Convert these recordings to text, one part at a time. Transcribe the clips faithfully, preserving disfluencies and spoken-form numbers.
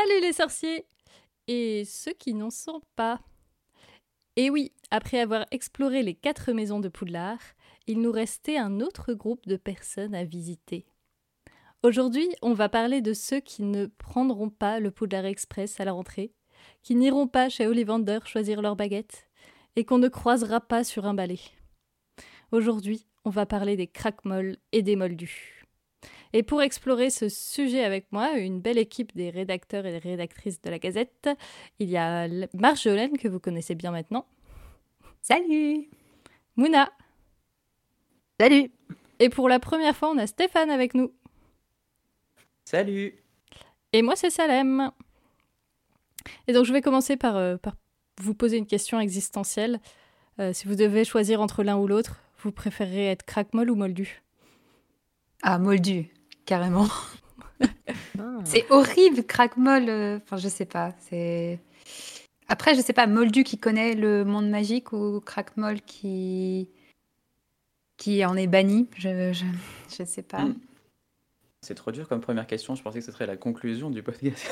Salut les sorciers et ceux qui n'en sont pas. Et oui, après avoir exploré les quatre maisons de Poudlard, il nous restait un autre groupe de personnes à visiter. Aujourd'hui, on va parler de ceux qui ne prendront pas le Poudlard Express à la rentrée, qui n'iront pas chez Ollivander choisir leur baguette et qu'on ne croisera pas sur un balai. Aujourd'hui, on va parler des craquemolles et des moldus. Et pour explorer ce sujet avec moi, une belle équipe des rédacteurs et des rédactrices de la Gazette. Il y a Marjolaine, que vous connaissez bien maintenant. Salut. Mouna. Salut. Et pour la première fois, on a Stéphane avec nous. Salut. Et moi, c'est Salem. Et donc, je vais commencer par, euh, par vous poser une question existentielle. Euh, si vous devez choisir entre l'un ou l'autre, vous préférez être craquemolle ou moldu ? Ah, moldu, carrément. Ah. C'est horrible, craquemolle. euh, Enfin, je sais pas. C'est. Après, je sais pas, moldu qui connaît le monde magique ou craquemolle qui qui en est banni. Je je, je sais pas. Mm. C'est trop dur comme première question. Je pensais que ce serait la conclusion du podcast.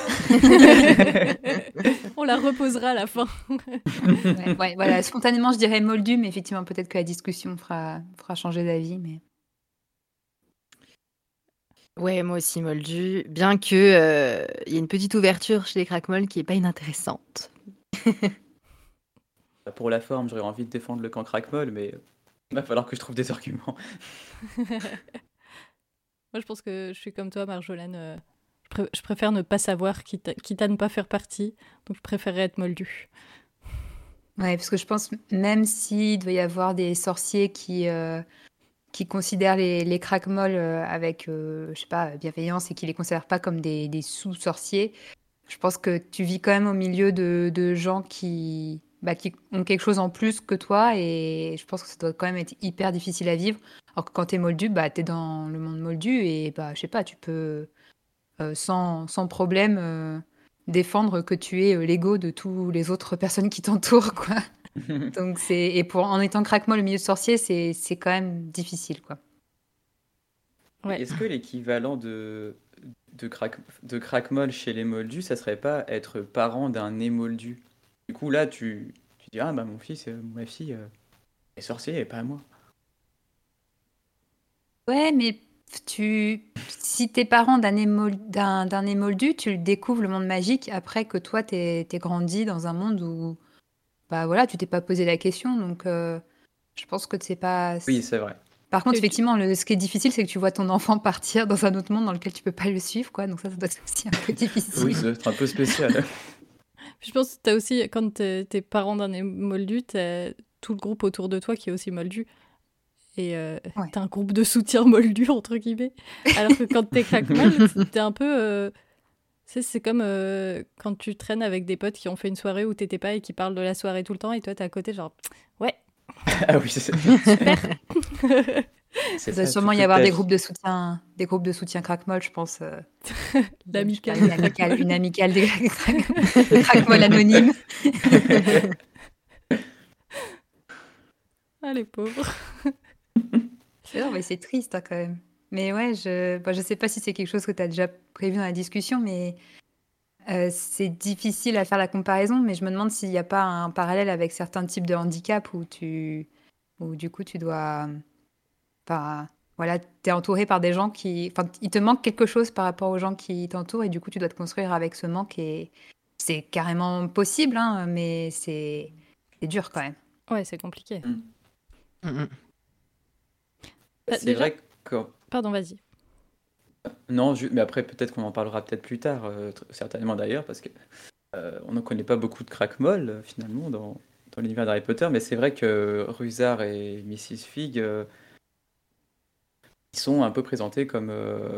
On la reposera à la fin. ouais, ouais, voilà. Spontanément, je dirais moldu, mais effectivement, peut-être que la discussion fera fera changer d'avis, mais. Ouais, moi aussi, moldu. Bien que euh, y ait une petite ouverture chez les craquemolles qui est pas inintéressante. Pour la forme, j'aurais envie de défendre le camp craquemolle, mais il va falloir que je trouve des arguments. Moi, je pense que je suis comme toi, Marjolaine. Euh, je, pr- je préfère ne pas savoir, quitte à, quitte à ne pas faire partie. Donc, je préférerais être moldu. Ouais, parce que je pense, même s'il doit y avoir des sorciers qui, euh, qui considèrent les, les craquemolles euh, avec, euh, je sais pas, bienveillance et qui les considèrent pas comme des, des sous-sorciers, je pense que tu vis quand même au milieu de, de gens qui, bah, qui ont quelque chose en plus que toi et je pense que ça doit quand même être hyper difficile à vivre. Alors que quand t'es moldu, bah, t'es dans le monde moldu et bah, je sais pas, tu peux euh, sans, sans problème euh, défendre que tu es euh, l'ego de toutes les autres personnes qui t'entourent, quoi. Donc c'est et pour en étant craquemolle au milieu de sorciers, c'est c'est quand même difficile, quoi. Ouais. Est-ce que l'équivalent de, de, craque, de craquemolle chez les moldus, ça serait pas être parent d'un émoldu? Du coup, là, tu, tu dis, ah bah mon fils, euh, ma fille euh, est sorcier et pas moi. Ouais, mais tu si t'es parent d'un émol- d'un d'un émoldu, tu le découvres le monde magique après que toi t'es t'es grandi dans un monde où bah voilà, tu t'es pas posé la question, donc euh, je pense que c'est pas. Oui, c'est vrai. Par contre, Et tu- effectivement, le, ce qui est difficile, c'est que tu vois ton enfant partir dans un autre monde dans lequel tu peux pas le suivre, quoi. Donc ça, ça doit être aussi un peu difficile. Oui, c'est un peu spécial. Je pense que t'as aussi, quand t'es, t'es parent d'un moldu, t'as tout le groupe autour de toi qui est aussi moldu. Et euh, Ouais. t'as un groupe de soutien moldu, entre guillemets. Alors que quand t'es craquemolle, t'es un peu... euh, tu sais, c'est comme euh, quand tu traînes avec des potes qui ont fait une soirée où t'étais pas et qui parlent de la soirée tout le temps, et toi, t'es à côté, genre, ouais, Ah oui, c'est super. c'est Il doit ça, sûrement toute y avoir ta des vie. groupes de soutien, des groupes de soutien craquemolle, je pense. euh, L'amicale je sais pas, une amicale, une amicale des craquemolle craquemolle anonyme. Ah, les pauvres. Non, mais c'est triste hein, quand même. Mais ouais, je, bah, je sais pas si c'est quelque chose que tu as déjà prévu dans la discussion, mais euh, c'est difficile à faire la comparaison. Mais je me demande s'il n'y a pas un parallèle avec certains types de handicap où tu, où du coup tu dois, enfin, voilà, t'es entouré par des gens qui, enfin, il te manque quelque chose par rapport aux gens qui t'entourent et du coup tu dois te construire avec ce manque et c'est carrément possible, hein, mais c'est, c'est dur quand même. Ouais, c'est compliqué. Mm. Mm, Bah, C'est déjà, vrai que... pardon, vas-y. Non, ju- mais après, peut-être qu'on en parlera peut-être plus tard, euh, tr- certainement d'ailleurs, parce que euh, on ne connaît pas beaucoup de craquemolles, euh, finalement, dans, dans l'univers d'Harry Potter, mais c'est vrai que Rusard et missus Fig, euh, ils sont un peu présentés comme... euh,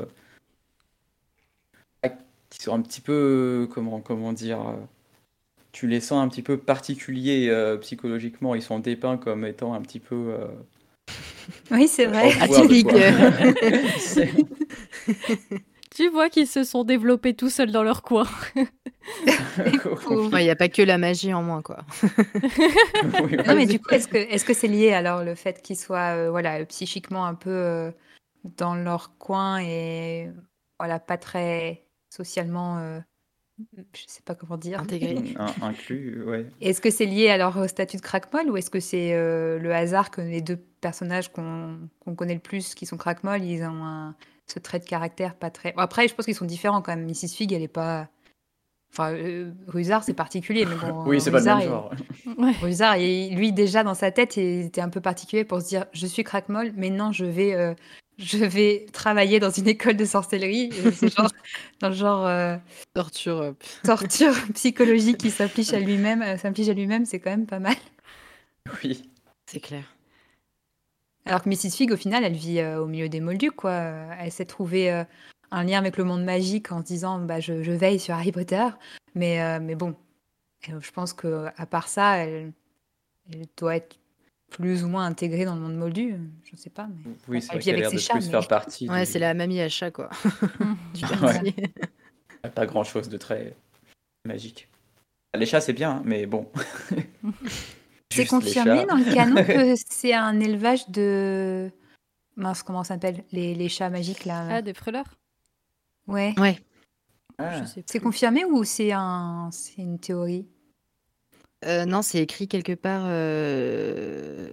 ah, qui sont un petit peu... Comment, comment dire... euh, tu les sens un petit peu particuliers euh, psychologiquement, ils sont dépeints comme étant un petit peu euh, Oui, c'est vrai. awkward, Atypique. quoi. C'est- Tu vois qu'ils se sont développés tout seuls dans leur coin. Pauvre. Il n'y a pas que la magie en moins, quoi. Oui, Non, mais ouais. du coup, est-ce que est-ce que c'est lié alors le fait qu'ils soient euh, voilà psychiquement un peu euh, dans leur coin et voilà pas très socialement euh, je sais pas comment dire. Intégré. Un- inclus, ouais. Est-ce que c'est lié alors au statut de crackmol ou est-ce que c'est euh, le hasard que les deux personnages qu'on qu'on connaît le plus qui sont crackmol, ils ont un- ce trait de caractère pas très. Bon, après, je pense qu'ils sont différents quand même. missus Fig, elle est pas. Enfin, euh, Rusard, c'est particulier, mais bon, Oui, c'est pas le Rusard, même il- genre. Ouais. Rusard, il- lui déjà dans sa tête, il était un peu particulier pour se dire, je suis crackmol, mais non, je vais, euh, je vais travailler dans une école de sorcellerie. Et c'est genre dans le genre euh, Torture. euh, torture psychologique qui s'applique à lui-même, euh, s'applique à lui-même, c'est quand même pas mal. Oui. C'est clair. Alors que missus Fig, au final, elle vit euh, au milieu des Moldus, quoi. Euh, Elle s'est trouvée euh, un lien avec le monde magique en se disant, bah, je, je veille sur Harry Potter. Mais, euh, mais bon, euh, je pense que à part ça, elle, elle doit être plus ou moins intégrée dans le monde Moldu. euh, Je sais pas. Mais... Oui, Bon, c'est elle vrai vit qu'elle a avec l'air ses de chats, plus mais- faire partie Ouais, du- c'est la mamie à chat, quoi. Du Ouais. quartier. Pas grand-chose de très magique. Les chats, c'est bien, hein, mais bon. C'est Juste les confirmé chats. dans le canon que c'est un élevage de... Mince, comment ça s'appelle les, les chats magiques, là. Ah, des freleurs Ouais. Ouais. Ah, Je sais C'est plus. confirmé ou c'est un... c'est une théorie? Euh, non, c'est écrit quelque part. euh,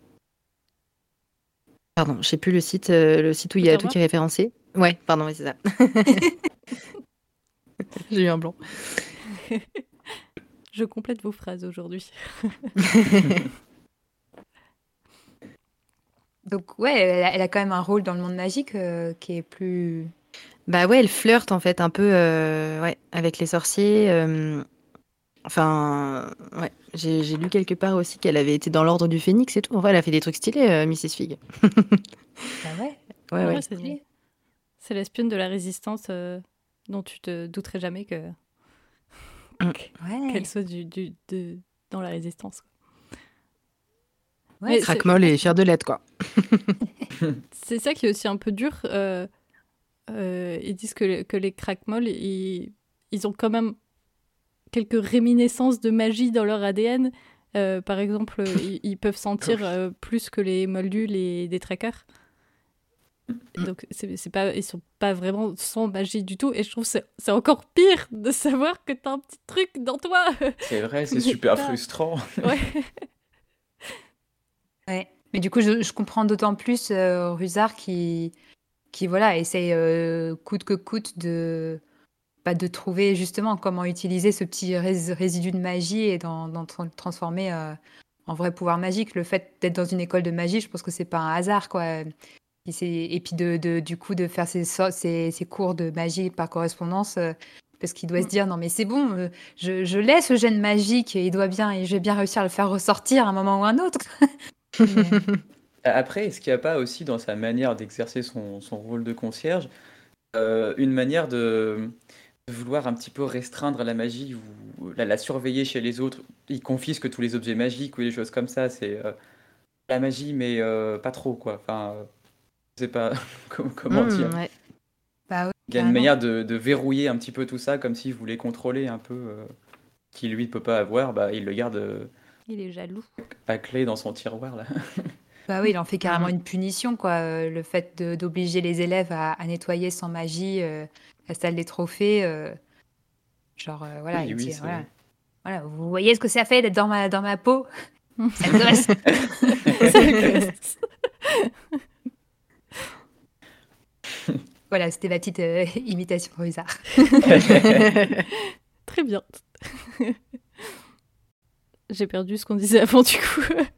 Pardon, je sais plus le site, euh, le site où il y a tout Pottermore qui est référencé. Ouais, pardon, oui, c'est ça. J'ai eu un blanc. Je complète vos phrases aujourd'hui. Donc, ouais, elle a, elle a quand même un rôle dans le monde magique euh, qui est plus... Bah ouais, elle flirte en fait un peu euh, ouais, avec les sorciers. euh, Enfin, ouais, j'ai j'ai lu quelque part aussi qu'elle avait été dans l'ordre du Phénix et tout. En vrai, elle a fait des trucs stylés, euh, missus Fig. Bah ouais. Ouais, Ouais, ouais. c'est stylé. c'est l'espionne de la résistance euh, dont tu te douterais jamais que Mm. Ouais. qu'elle soit du, du- de, dans la résistance. Ouais, Mais c'est- c'est- Craquemol et chair de lettre, quoi. C'est ça qui est aussi un peu dur. euh, euh, ils disent que, les- que les crackmolls, ils, ils ont quand même quelques réminiscences de magie dans leur A D N. Euh, par exemple, euh, ils, ils peuvent sentir euh, plus que les moldus, les détraqueurs. Donc, c'est c'est pas, ils sont pas vraiment sans magie du tout. Et je trouve que c'est c'est encore pire de savoir que t'as un petit truc dans toi. c'est vrai, c'est Mais super pas- frustrant. Ouais. Ouais. Mais du coup, je, je comprends d'autant plus euh, Rusard qui, qui voilà, essaye euh, coûte que coûte de, bah, de trouver justement comment utiliser ce petit rés- résidu de magie et d'en d'en tra- transformer euh, en vrai pouvoir magique. Le fait d'être dans une école de magie, je pense que c'est pas un hasard, quoi. Et, c'est- et puis de, de- du coup de faire ses, so- ses, ses cours de magie par correspondance. euh, parce qu'il doit se Mm. dire, non mais c'est bon, euh, je, je l'ai ce gène magique, et il doit bien, et je vais bien réussir à le faire ressortir à un moment ou à un autre. Mais, euh, Après, est-ce qu'il n'y a pas aussi dans sa manière d'exercer son, son rôle de concierge euh, une manière de, de vouloir un petit peu restreindre la magie ou la, la surveiller chez les autres? Il confisque tous les objets magiques ou des choses comme ça. C'est euh, la magie, mais euh, pas trop, quoi. Enfin, euh, je sais pas comment comment dire. Mm, ouais. bah ouais, Il y a une carrément. manière de, de verrouiller un petit peu tout ça, comme s'il voulait contrôler un peu euh, qui lui ne peut pas avoir. Bah, il le garde euh, Il est jaloux. à clé dans son tiroir là. Bah oui, il en fait carrément Mhm. une punition, quoi. Euh, Le fait de- d'obliger les élèves à, à nettoyer sans magie euh, la salle des trophées. euh, genre, euh, voilà, Oui, il oui, dit, c'est- voilà. Voilà, vous voyez ce que ça fait d'être dans ma, dans ma peau? Ça me gosse. Ça le gosse. Voilà, c'était ma petite euh, imitation Rusard. Très bien. J'ai perdu ce qu'on disait avant du coup.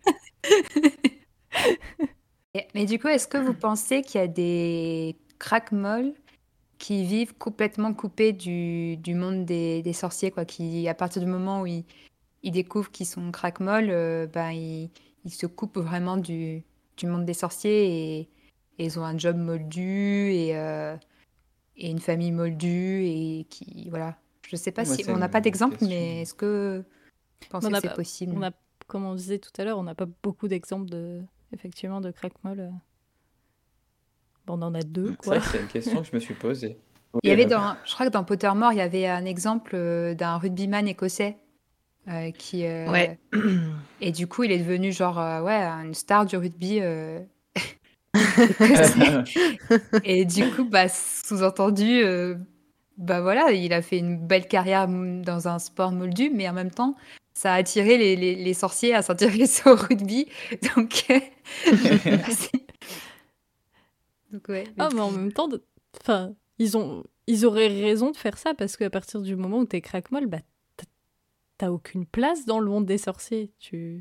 Et- Mais du coup, est-ce que vous pensez qu'il y a des crackmolls qui vivent complètement coupés du, du monde des, des sorciers, quoi, qui, à partir du moment où ils, ils découvrent qu'ils sont crackmolls, euh, ben, ils, ils se coupent vraiment du, du monde des sorciers et, et ils ont un job moldu et, euh, et une famille moldue et qui, voilà. Je sais pas Moi, si, c'est on n'a pas une d'exemple, question. mais est-ce que vous pensez On a que c'est pas- possible? On a, comme on disait tout à l'heure, on n'a pas beaucoup d'exemples de, effectivement, de crackmolls. euh. Bon, on en a deux, C'est quoi. vrai que c'est une question que je me suis posée. Il y avait Oui, dans, je crois que dans Pottermore, il y avait un exemple euh, d'un rugbyman écossais euh, qui, euh, Ouais. et du coup, il est devenu genre, euh, ouais, une star du rugby euh, écossais. Et du coup, bah, sous-entendu, euh, bah voilà, il a fait une belle carrière m- dans un sport moldu, mais en même temps, ça a attiré les, les- les sorciers à s'intéresser au rugby. Donc, euh, je sais pas si. Donc, ouais. Mais Ah, mais en même temps, de- enfin, ils ont, ils auraient raison de faire ça parce qu'à partir du moment où t'es crackmol, bah, t'as t'as aucune place dans le monde des sorciers. Tu,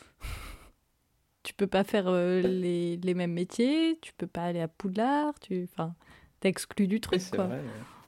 tu peux pas faire euh, les, les mêmes métiers, tu peux pas aller à Poudlard, tu, enfin, t'es exclu du Oui, truc, c'est quoi. vrai.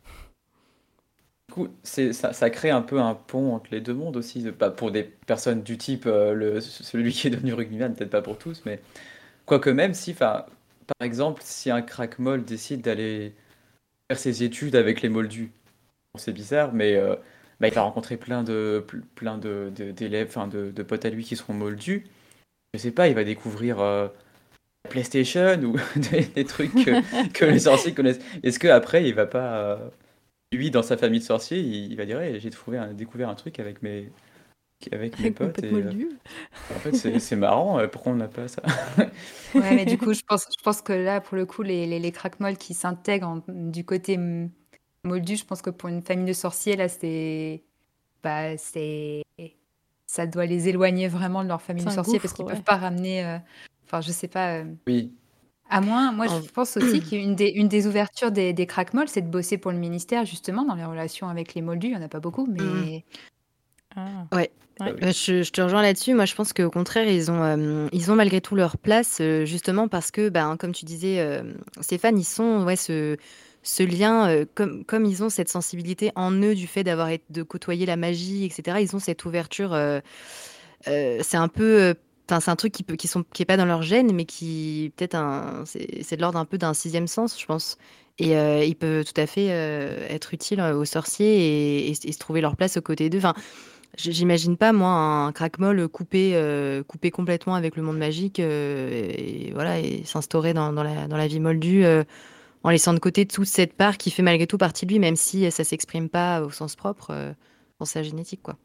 Du coup, c'est, ça, ça crée un peu un pont entre les deux mondes aussi, de- pas pour des personnes du type euh, le, celui qui est devenu rugbyman, peut-être pas pour tous, mais quoique même si, enfin, par exemple, si un crack-molle décide d'aller faire ses études avec les moldus, bon, c'est bizarre, mais euh, bah, il va rencontrer plein de, ple- plein de, de- d'élèves, enfin de, de potes à lui qui seront moldus. Je sais pas, il va découvrir euh, PlayStation ou des, des trucs que, que les sorciers connaissent. Est-ce que après il va pas, euh, lui, dans sa famille de sorciers, il, il va dire, hey, j'ai trouvé un- découvert un truc avec mes, avec mes Avec mon potes pote et euh, moldu. en fait c'est c'est marrant, euh, pourquoi on n'a pas ça? Ouais, mais du coup, je pense, je pense que là, pour le coup, les, les, les crackmolls qui s'intègrent en- du côté m- moldu, je pense que pour une famille de sorciers, là, c'est, bah, c'est, ça doit les éloigner vraiment de leur famille C'est de un sorciers parce gouffre, qu'ils peuvent ouais. pas ramener, euh, enfin, je sais pas, euh, Oui, à moins, moi, je En- pense aussi qu'une des, une des ouvertures des, des crackmolls, c'est de bosser pour le ministère, justement, dans les relations avec les moldus. Il y en a pas beaucoup, Mm, mais Ah, ouais. bah ouais. oui. Bah, je, je te rejoins là-dessus. Moi, je pense qu'au contraire, ils ont, euh, ils ont malgré tout leur place, euh, justement parce que, ben, comme tu disais, euh, Stéphane, ils sont, ouais, ce, ce lien, euh, comme, comme ils ont cette sensibilité en eux du fait d'avoir été- de côtoyer la magie, et cetera. Ils ont cette ouverture. euh, euh, c'est un peu, euh, enfin, c'est un truc qui peut, qui sont, qui est pas dans leur gène, mais qui peut-être un, c'est, c'est de l'ordre un peu d'un sixième sens, je pense. Et euh, il peut tout à fait euh, être utile euh, aux sorciers et, et- et se trouver leur place aux côtés d'eux. Enfin, J- J'imagine pas, moi, un crack-molle coupé, euh, coupé complètement avec le monde magique euh, et, voilà, et s'instaurer dans, dans la, dans la vie moldue euh, en laissant de côté toute cette part qui fait malgré tout partie de lui, même si ça s'exprime pas au sens propre euh, dans sa génétique, quoi.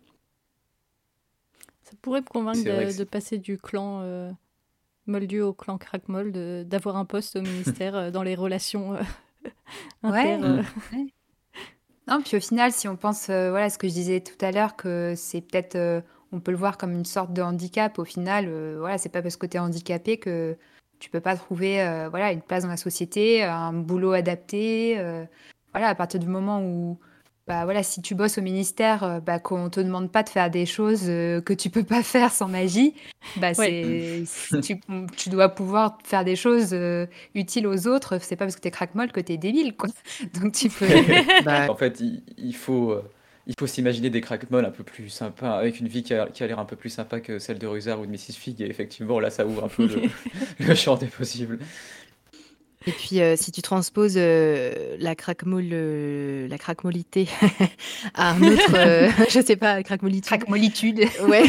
Ça pourrait me convaincre C'est vrai que de, de c'est- passer du clan euh, moldu au clan crackmol, de- d'avoir un poste au ministère euh, dans les relations euh, inter. ouais. euh. Hmm. Ouais. Non, puis au final, si on pense, euh, voilà, ce que je disais tout à l'heure, que c'est peut-être, euh, on peut le voir comme une sorte de handicap. Au final, euh, voilà, c'est pas parce que tu es handicapé que tu peux pas trouver, euh, voilà, une place dans la société, un boulot adapté. euh, voilà, à partir du moment où, bah voilà, si tu bosses au ministère, euh, bah qu'on te demande pas de faire des choses euh, que tu peux pas faire sans magie, bah Ouais. c'est, tu, tu dois pouvoir faire des choses euh, utiles aux autres. C'est pas parce que t'es crackmol que t'es débile, quoi. Donc tu peux. Bah, En fait, il, il faut, euh, il faut s'imaginer des crack-molls un peu plus sympas, avec une vie qui a, qui a l'air un peu plus sympa que celle de Rusard ou de missus Fig, et effectivement, là, ça ouvre un peu le, le champ des possibles. et puis, euh, si tu transposes euh, la craquemol, euh, la craquemolité à un autre, euh, je sais pas, craquemolitude, Crackmolitude. ouais,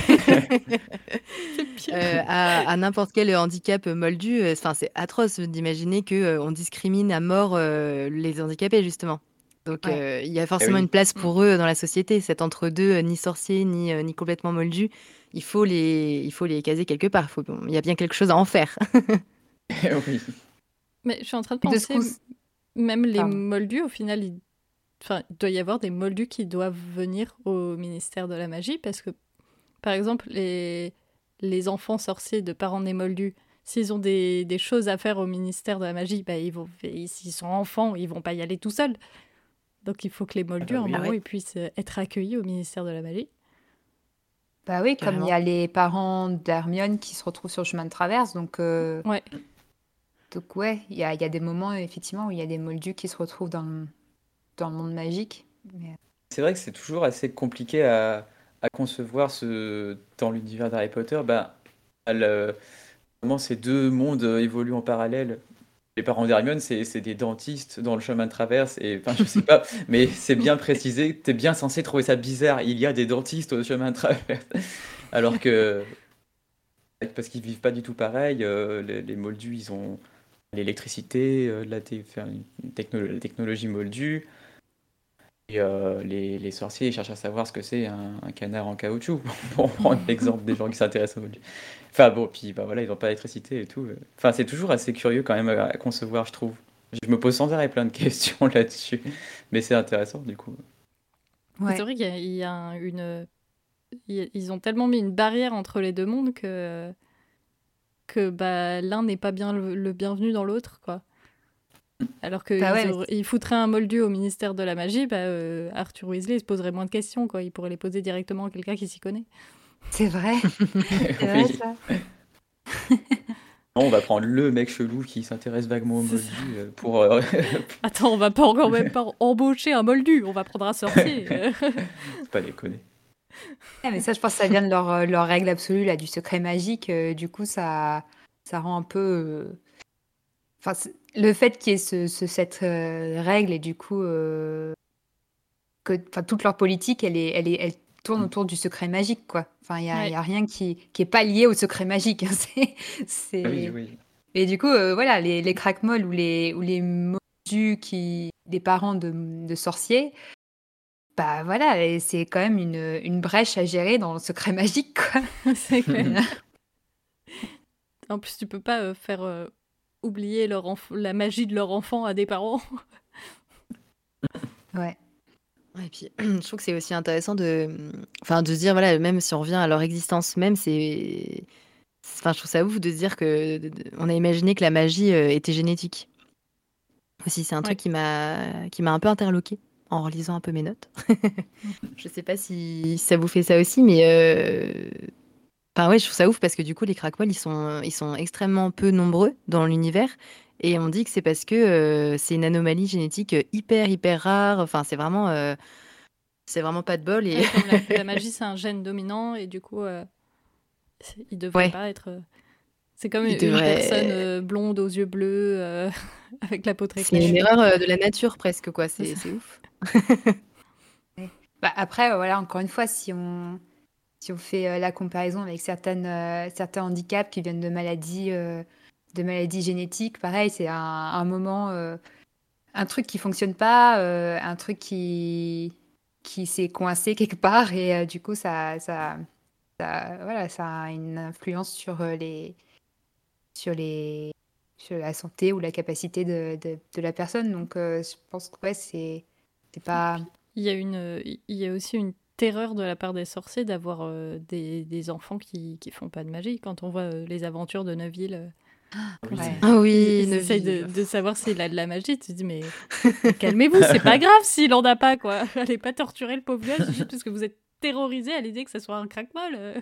C'est pire. euh, à, à n'importe quel handicap moldu, euh, enfin, c'est atroce d'imaginer que euh, on discrimine à mort euh, les handicapés, justement. Donc, Ouais. euh, il y a Eh forcément une oui, place Mm. pour eux dans la société, cet entre-deux, euh, ni sorcier, ni, euh, ni complètement moldu. Il faut les, il faut les caser quelque part. Faut- bon, il y a bien quelque chose à en faire. oui. Mais je suis en train de De ce penser, coup, m- même les pardon. moldus, au final, il... Enfin, il doit y avoir des moldus qui doivent venir au ministère de la magie parce que, par exemple, les, les enfants sorciers de parents nés moldus, s'ils ont des, des choses à faire au ministère de la magie, bah, ils vont, et s'ils sont enfants, ils vont pas y aller tout seuls. Donc il faut que les Ah moldus, bah à un oui. Ah moment, ouais, ils puissent euh, être accueillis au ministère de la magie. Bah oui, comme il y carrément. a les parents d'Hermione qui se retrouvent sur le chemin de traverse, donc, euh, Ouais. donc ouais, il y a, il y a des moments effectivement où il y a des moldus qui se retrouvent dans le, dans le monde magique. Mais, C'est vrai que c'est toujours assez compliqué à, à concevoir ce, dans l'univers d'Harry Potter, bah, le- comment ces deux mondes euh, évoluent en parallèle. Les parents d'Hermione, c'est c'est des dentistes dans le chemin de traverse, et enfin, je sais pas, mais c'est bien précisé, t'es bien censé trouver ça bizarre, il y a des dentistes au chemin de traverse. Alors que, parce qu'ils vivent pas du tout pareil, euh, les, les Moldus, ils ont l'électricité, euh, la, té- enfin, une techno- la technologie moldue, et euh, les, les sorciers, ils cherchent à savoir ce que c'est un, un canard en caoutchouc, pour prendre l'exemple des gens qui s'intéressent aux Moldus. Enfin bon, puis bah voilà, ils n'ont pas d'électricité et tout. Enfin, c'est toujours assez curieux quand même à, à concevoir, je trouve. Je me pose sans arrêt plein de questions là-dessus, mais c'est intéressant du coup. Mais C'est Ouais. vrai qu'il y a, il y a un- une. il- Ils ont tellement mis une barrière entre les deux mondes que, que bah, l'un n'est pas bien le, le bienvenu dans l'autre, quoi. Alors Bah qu'ils ouais, mais auraient- ils foutraient un moldu au ministère de la magie, bah, euh, Arthur Weasley il se poserait moins de questions, quoi. Il pourrait les poser directement à quelqu'un qui s'y connaît. c'est vrai, c'est vrai Oui. ça. Non, on va prendre le mec chelou qui s'intéresse vaguement au C'est ça. moldu euh, pour. euh, Attends, on va pas encore même pas embaucher un moldu, on va prendre un sorcier. euh. Faut pas déconner. Ouais, mais ça, je pense que ça vient de leur, euh, leur règle absolue là, du secret magique. euh, du coup, ça, ça rend un peu. euh, Enfin, c'est- le fait qu'il y ait ce, ce- cette euh, règle et du coup euh, que, enfin, toute leur politique, elle est, elle est, elle tourne autour du secret magique, quoi. Enfin, il y a, il Ouais. y a rien qui, qui est pas lié au secret magique. hein. C'est, c'est- Ah oui, oui. Et du coup, euh, voilà, les, les crackmolls ou les, ou les moldus qui, des parents de, de sorciers, bah voilà, et c'est quand même une, une brèche à gérer dans le secret magique, quoi. C'est clair. En plus, tu peux pas euh, faire euh, oublier leur enf- la magie de leur enfant à des parents. Ouais. Ouais, et puis, je trouve que c'est aussi intéressant de, enfin, de se dire, voilà, même si on revient à leur existence même, c'est, enfin, je trouve ça ouf de se dire que de- de- on a imaginé que la magie euh, était génétique. Aussi, c'est un Ouais. truc qui m'a, qui m'a un peu interloqué en relisant un peu mes notes. Je sais pas si ça vous fait ça aussi, mais euh, enfin, ouais, je trouve ça ouf parce que du coup, les crackpols, ils sont, ils sont extrêmement peu nombreux dans l'univers. Et on dit que c'est parce que euh, c'est une anomalie génétique euh, hyper, hyper rare. Enfin, c'est vraiment, euh, c'est vraiment pas de bol. Et Ouais, comme la, la magie, c'est un gène dominant et du coup, euh, c'est- il devrait ouais, pas être. euh, C'est comme il une une personne devrait. euh, blonde aux yeux bleus euh, avec la peau très C'est une claire. erreur euh, de la nature presque, quoi. C'est C'est, ça. c'est ouf. Ouais. Bah, après, euh, voilà, encore une fois, si on, si on fait euh, la comparaison avec certaines, euh, certains handicaps qui viennent de maladies, euh, de maladies génétiques, pareil, c'est un, un moment, euh, un truc qui fonctionne pas, euh, un truc qui, qui s'est coincé quelque part et euh, du coup, ça, ça, ça, voilà, ça a une influence sur euh, les, sur les, sur la santé ou la capacité de, de, de la personne. Donc, euh, je pense que ouais, c'est, c'est pas. Il y a une, euh, il y a aussi une terreur de la part des sorciers d'avoir euh, des, des enfants qui, qui font pas de magie. Quand on voit euh, les aventures de Neville, euh, quand Oui. Ouais. ils, Ah ils- oui, ils essayent de, Neville. de savoir s'il a de la magie, tu te dis mais, mais calmez-vous, c'est pas grave s'il en a pas quoi. Allez pas torturer le pauvre gars juste parce que vous êtes terrorisé à l'idée que ça soit un crackmol. euh.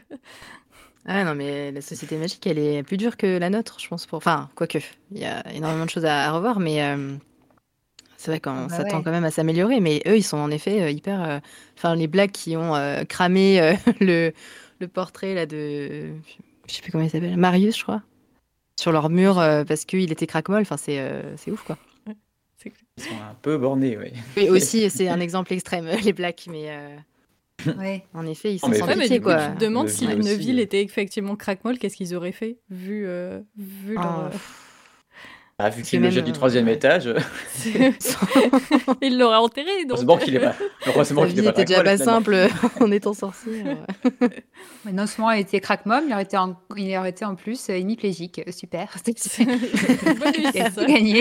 Ah non, mais la société magique, elle est plus dure que la nôtre, je pense. Pour... Enfin, quoique, il y a énormément de choses à, à revoir, mais euh, c'est vrai Ah qu'on bah s'attend ouais. quand même à s'améliorer. Mais eux, ils sont en effet euh, hyper. euh, Enfin, les blagues qui ont euh, cramé euh, le, le portrait là de. Je sais plus comment il s'appelle. Marius, je crois. Sur leur mur euh, parce qu'il était craquemol. Enfin, c'est euh, c'est ouf, quoi. C'est clair. Ils sont un peu bornés, oui. Oui, aussi, c'est un exemple extrême, les blacks, mais euh, Ouais. en effet, ils Non, sont mais sans Ouais, mais pitié, du coup, tu quoi. te demandes si Neville aussi, Neville euh. était effectivement crackmol, qu'est-ce qu'ils auraient fait vu, euh, vu leur. Ah, euh, pff, Ah, vu Parce qu'il que le même, jette du euh, troisième ouais. étage, c'est- Il l'aurait enterré, donc. heureusement qu'il est pas, heureusement Sa qu'il est vie pas était déjà crackmol, pas finalement. simple en étant sorcier. alors. Mais non seulement il était crack-mom, il aurait été en, il aurait été en plus euh, hémiplégique. Euh, Super. C'est- Bonus. Il a tout gagné.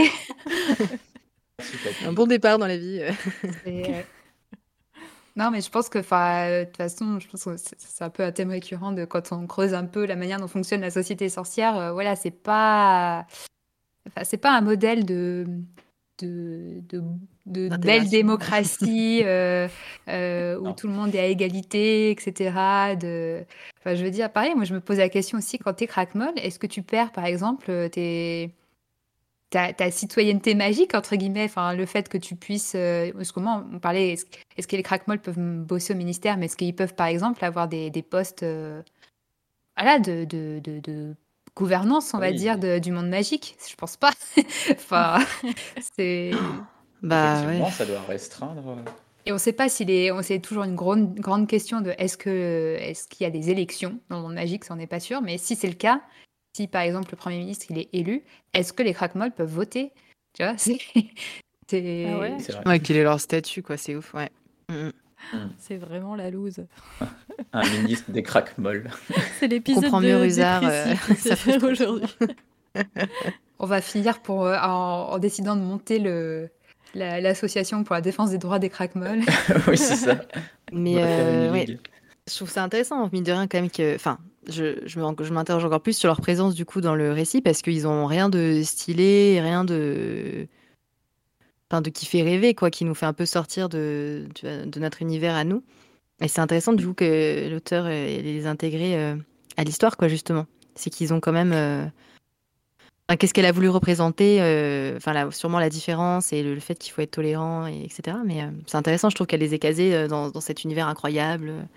Super. Un bon départ dans la vie. euh. Et, euh, Non, mais je pense que, enfin, euh, de toute façon, je pense que c'est c'est un peu un thème récurrent de quand on creuse un peu la manière dont fonctionne la société sorcière. euh, voilà, c'est pas, enfin, c'est pas un modèle de de, de, de belle D'intégration. démocratie euh, euh, où Non. tout le monde est à égalité, et cetera. De... Enfin, je veux dire, pareil, moi je me pose la question aussi quand t'es crackmol, est-ce que tu perds par exemple euh, tes... ta, ta citoyenneté magique, entre guillemets, enfin, le fait que tu puisses. Euh, parce que moi, on parlait, est-ce, est-ce que les crackmols peuvent bosser au ministère, mais est-ce qu'ils peuvent par exemple avoir des, des postes euh, voilà, de, de, de, de gouvernance, on va Oui, dire, de- du monde magique? Je pense pas. Enfin, c'est. Bah ouais. effectivement, ça doit restreindre. euh, Et on ne sait pas s'il est, on c'est toujours une grande, grande question de est-ce que, est-ce qu'il y a des élections dans le monde magique, ça on n'est pas sûr, mais si c'est le cas, si par exemple le Premier ministre il est élu, est-ce que les crackmols peuvent voter? Tu vois, c'est, c'est- Ah ouais. C'est vrai. Ouais, quel est leur statut, quoi, c'est ouf, ouais. Mm, mm. C'est vraiment la loose. Un ministre des crack molles. C'est l'épisode comprend de mieux Rusard, dépressif euh, qui s'est sa fait frustration. aujourd'hui. on va finir pour, euh, en, en décidant de monter le, la- l'association pour la défense des droits des craquemolles. Oui, c'est ça. On Mais va faire une euh, ouais, ligue. je trouve ça intéressant, mine de rien, quand même, que. Enfin, je, je me- je m'interroge encore plus sur leur présence, du coup, dans le récit, parce qu'ils ont rien de stylé, rien de. Enfin, de qui fait rêver, quoi, qui nous fait un peu sortir de, tu vois, de notre univers à nous. Et c'est intéressant, du coup, que l'auteur ait les intégrés euh, à l'histoire, quoi, justement. C'est qu'ils ont quand même. euh, Enfin, qu'est-ce qu'elle a voulu représenter euh, Enfin, là, sûrement la différence et le, le fait qu'il faut être tolérant, et, etc. Mais euh, c'est intéressant, je trouve qu'elle les ait casés euh, dans, dans cet univers incroyable euh,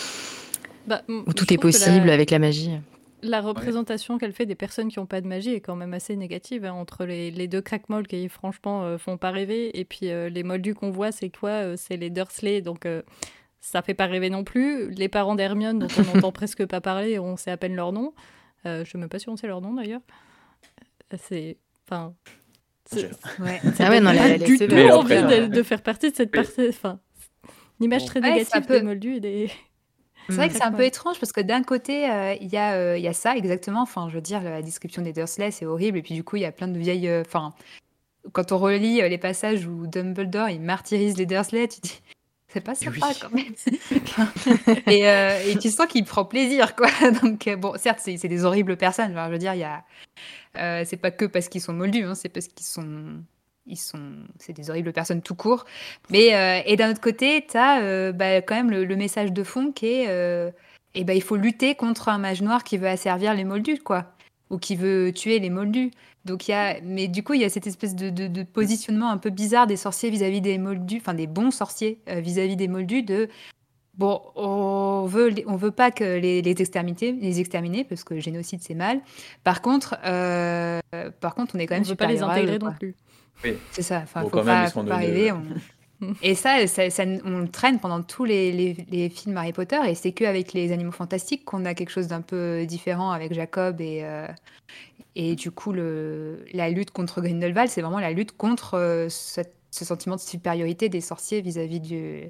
Bah, m- où je tout est trouve que possible la, avec la magie. la Ouais. représentation qu'elle fait des personnes qui n'ont pas de magie est quand même assez négative, hein, entre les, les deux crackmolls qui, franchement, euh, font pas rêver, et puis euh, les moldus qu'on voit, c'est quoi Euh, C'est les Dursley, donc euh, ça fait pas rêver non plus. Les parents d'Hermione, dont on n'entend presque pas parler, on sait à peine leur nom. Euh, je sais même pas si on sait leur nom, d'ailleurs. Euh, C'est... Enfin... c'est- Je- Ouais. Ça Ah ouais, donne non, pas la- la du S V, tout Mais leur envie prénom. de, de faire partie de cette Oui. partie. Enfin, une image Bon. très Ouais, c'est négative un peu- des moldus et des. C'est vrai que c'est un peu Craquemolles. étrange parce que d'un côté, euh, il y a, euh, il y a ça exactement. Enfin, je veux dire, la description des Dursley, c'est horrible. Et puis du coup, il y a plein de vieilles. euh, Enfin, quand on relit euh, les passages où Dumbledore il martyrise les Dursley, tu te dis, c'est pas sympa Oui. quand même. et, euh, et tu sens qu'il prend plaisir, quoi. Donc euh, bon, certes, c'est c'est des horribles personnes. Enfin, je veux dire, il y a. Euh, c'est pas que parce qu'ils sont moldus, hein, c'est parce qu'ils sont, ils sont, c'est des horribles personnes tout court. Mais euh, et d'un autre côté, t'as euh, bah, quand même le, le message de fond qui est, euh, eh ben il faut lutter contre un mage noir qui veut asservir les moldus, quoi, ou qui veut tuer les moldus. Donc il y a, mais du coup il y a cette espèce de, de- de positionnement un peu bizarre des sorciers vis-à-vis des moldus, enfin des bons sorciers euh, vis-à-vis des moldus de bon, on veut, les- on veut pas que les, les exterminer, les exterminer parce que le génocide c'est mal. Par contre, euh, par contre, on est quand On même veut pas les supérieur à eux, intégrer non quoi. plus. Oui. C'est ça. Enfin, Bon, faut quand même, pas, ils sont faut pas de- rêver. on- Et ça, ça, ça- on le traîne pendant tous les, les- les films Harry Potter, et c'est qu'avec les Animaux Fantastiques qu'on a quelque chose d'un peu différent avec Jacob et euh, et du coup le, la lutte contre Grindelwald, c'est vraiment la lutte contre euh, ce, ce sentiment de supériorité des sorciers vis-à-vis du,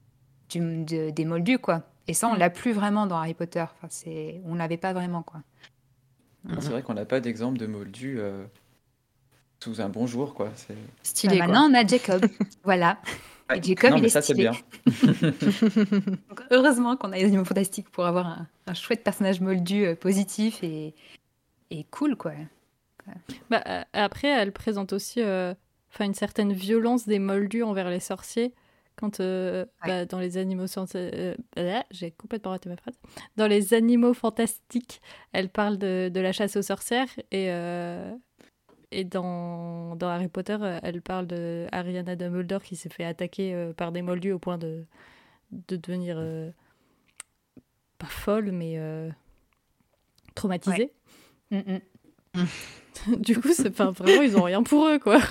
du- de- des moldus, quoi. Et ça, on Mm. l'a plus vraiment dans Harry Potter. Enfin, c'est, on l'avait pas vraiment, quoi. Ah, c'est vrai qu'on n'a pas d'exemple de moldu euh, sous un bon jour, quoi. C'est... Bah, Stylé, quoi. maintenant, on a Jacob. Voilà. Ouais. Et Jacob, Non, il mais est ça, c'est stylé. bien. Donc, heureusement qu'on a les animaux fantastiques pour avoir un, un chouette personnage moldu euh, positif et, et cool, quoi. Bah, euh, après, elle présente aussi euh, enfin, une certaine violence des moldus envers les sorciers. Quand euh, Ouais. bah, dans les animaux science- euh, euh, j'ai complètement raté ma phrase. Dans les animaux fantastiques, elle parle de, de la chasse aux sorcières et euh, et dans, dans Harry Potter, euh, elle parle de Ariana Dumbledore qui s'est fait attaquer euh, par des moldus au point de de devenir euh, pas folle mais euh, traumatisée. Mm, mm. Du coup, c'est pas vraiment ils ont rien pour eux quoi.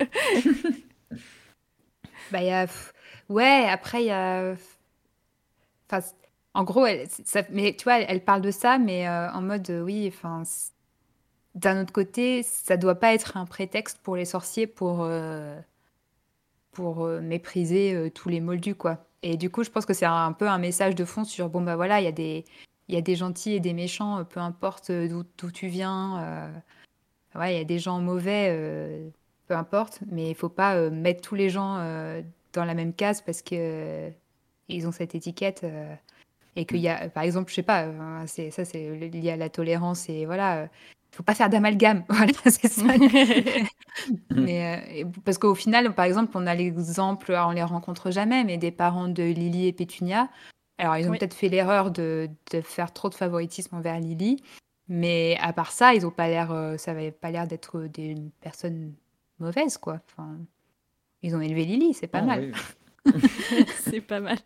Bah, il y a... pff, ouais, après, il y a... Enfin, c- en gros, elle, ça, mais tu vois, elle, elle parle de ça, mais euh, en mode, euh, oui, enfin... c- D'un autre côté, ça doit pas être un prétexte pour les sorciers pour, euh, pour euh, mépriser euh, tous les moldus, quoi. Et du coup, je pense que c'est un peu un message de fond sur, bon, bah voilà, il y a des, il y a des gentils et des méchants, euh, peu importe euh, d'où d'où tu viens. euh, ouais, il y a des gens mauvais, euh, peu importe, mais il faut pas euh, mettre tous les gens euh, dans la même case parce que euh, ils ont cette étiquette. euh, et qu'il y a, par exemple, je sais pas, euh, c'est, ça c'est lié à la tolérance et voilà, euh, faut pas faire d'amalgame. Voilà, c'est ça. Mais, euh, et- parce qu'au final, par exemple, on a l'exemple, alors on les rencontre jamais, mais des parents de Lily et Pétunia. Alors, ils ont Oui. peut-être fait l'erreur de, de faire trop de favoritisme envers Lily, mais à part ça, ils ont pas l'air, euh, ça avait pas l'air d'être des personnes mauvaises, quoi. Enfin, ils ont élevé Lily, c'est pas Non, mal. oui. C'est pas mal.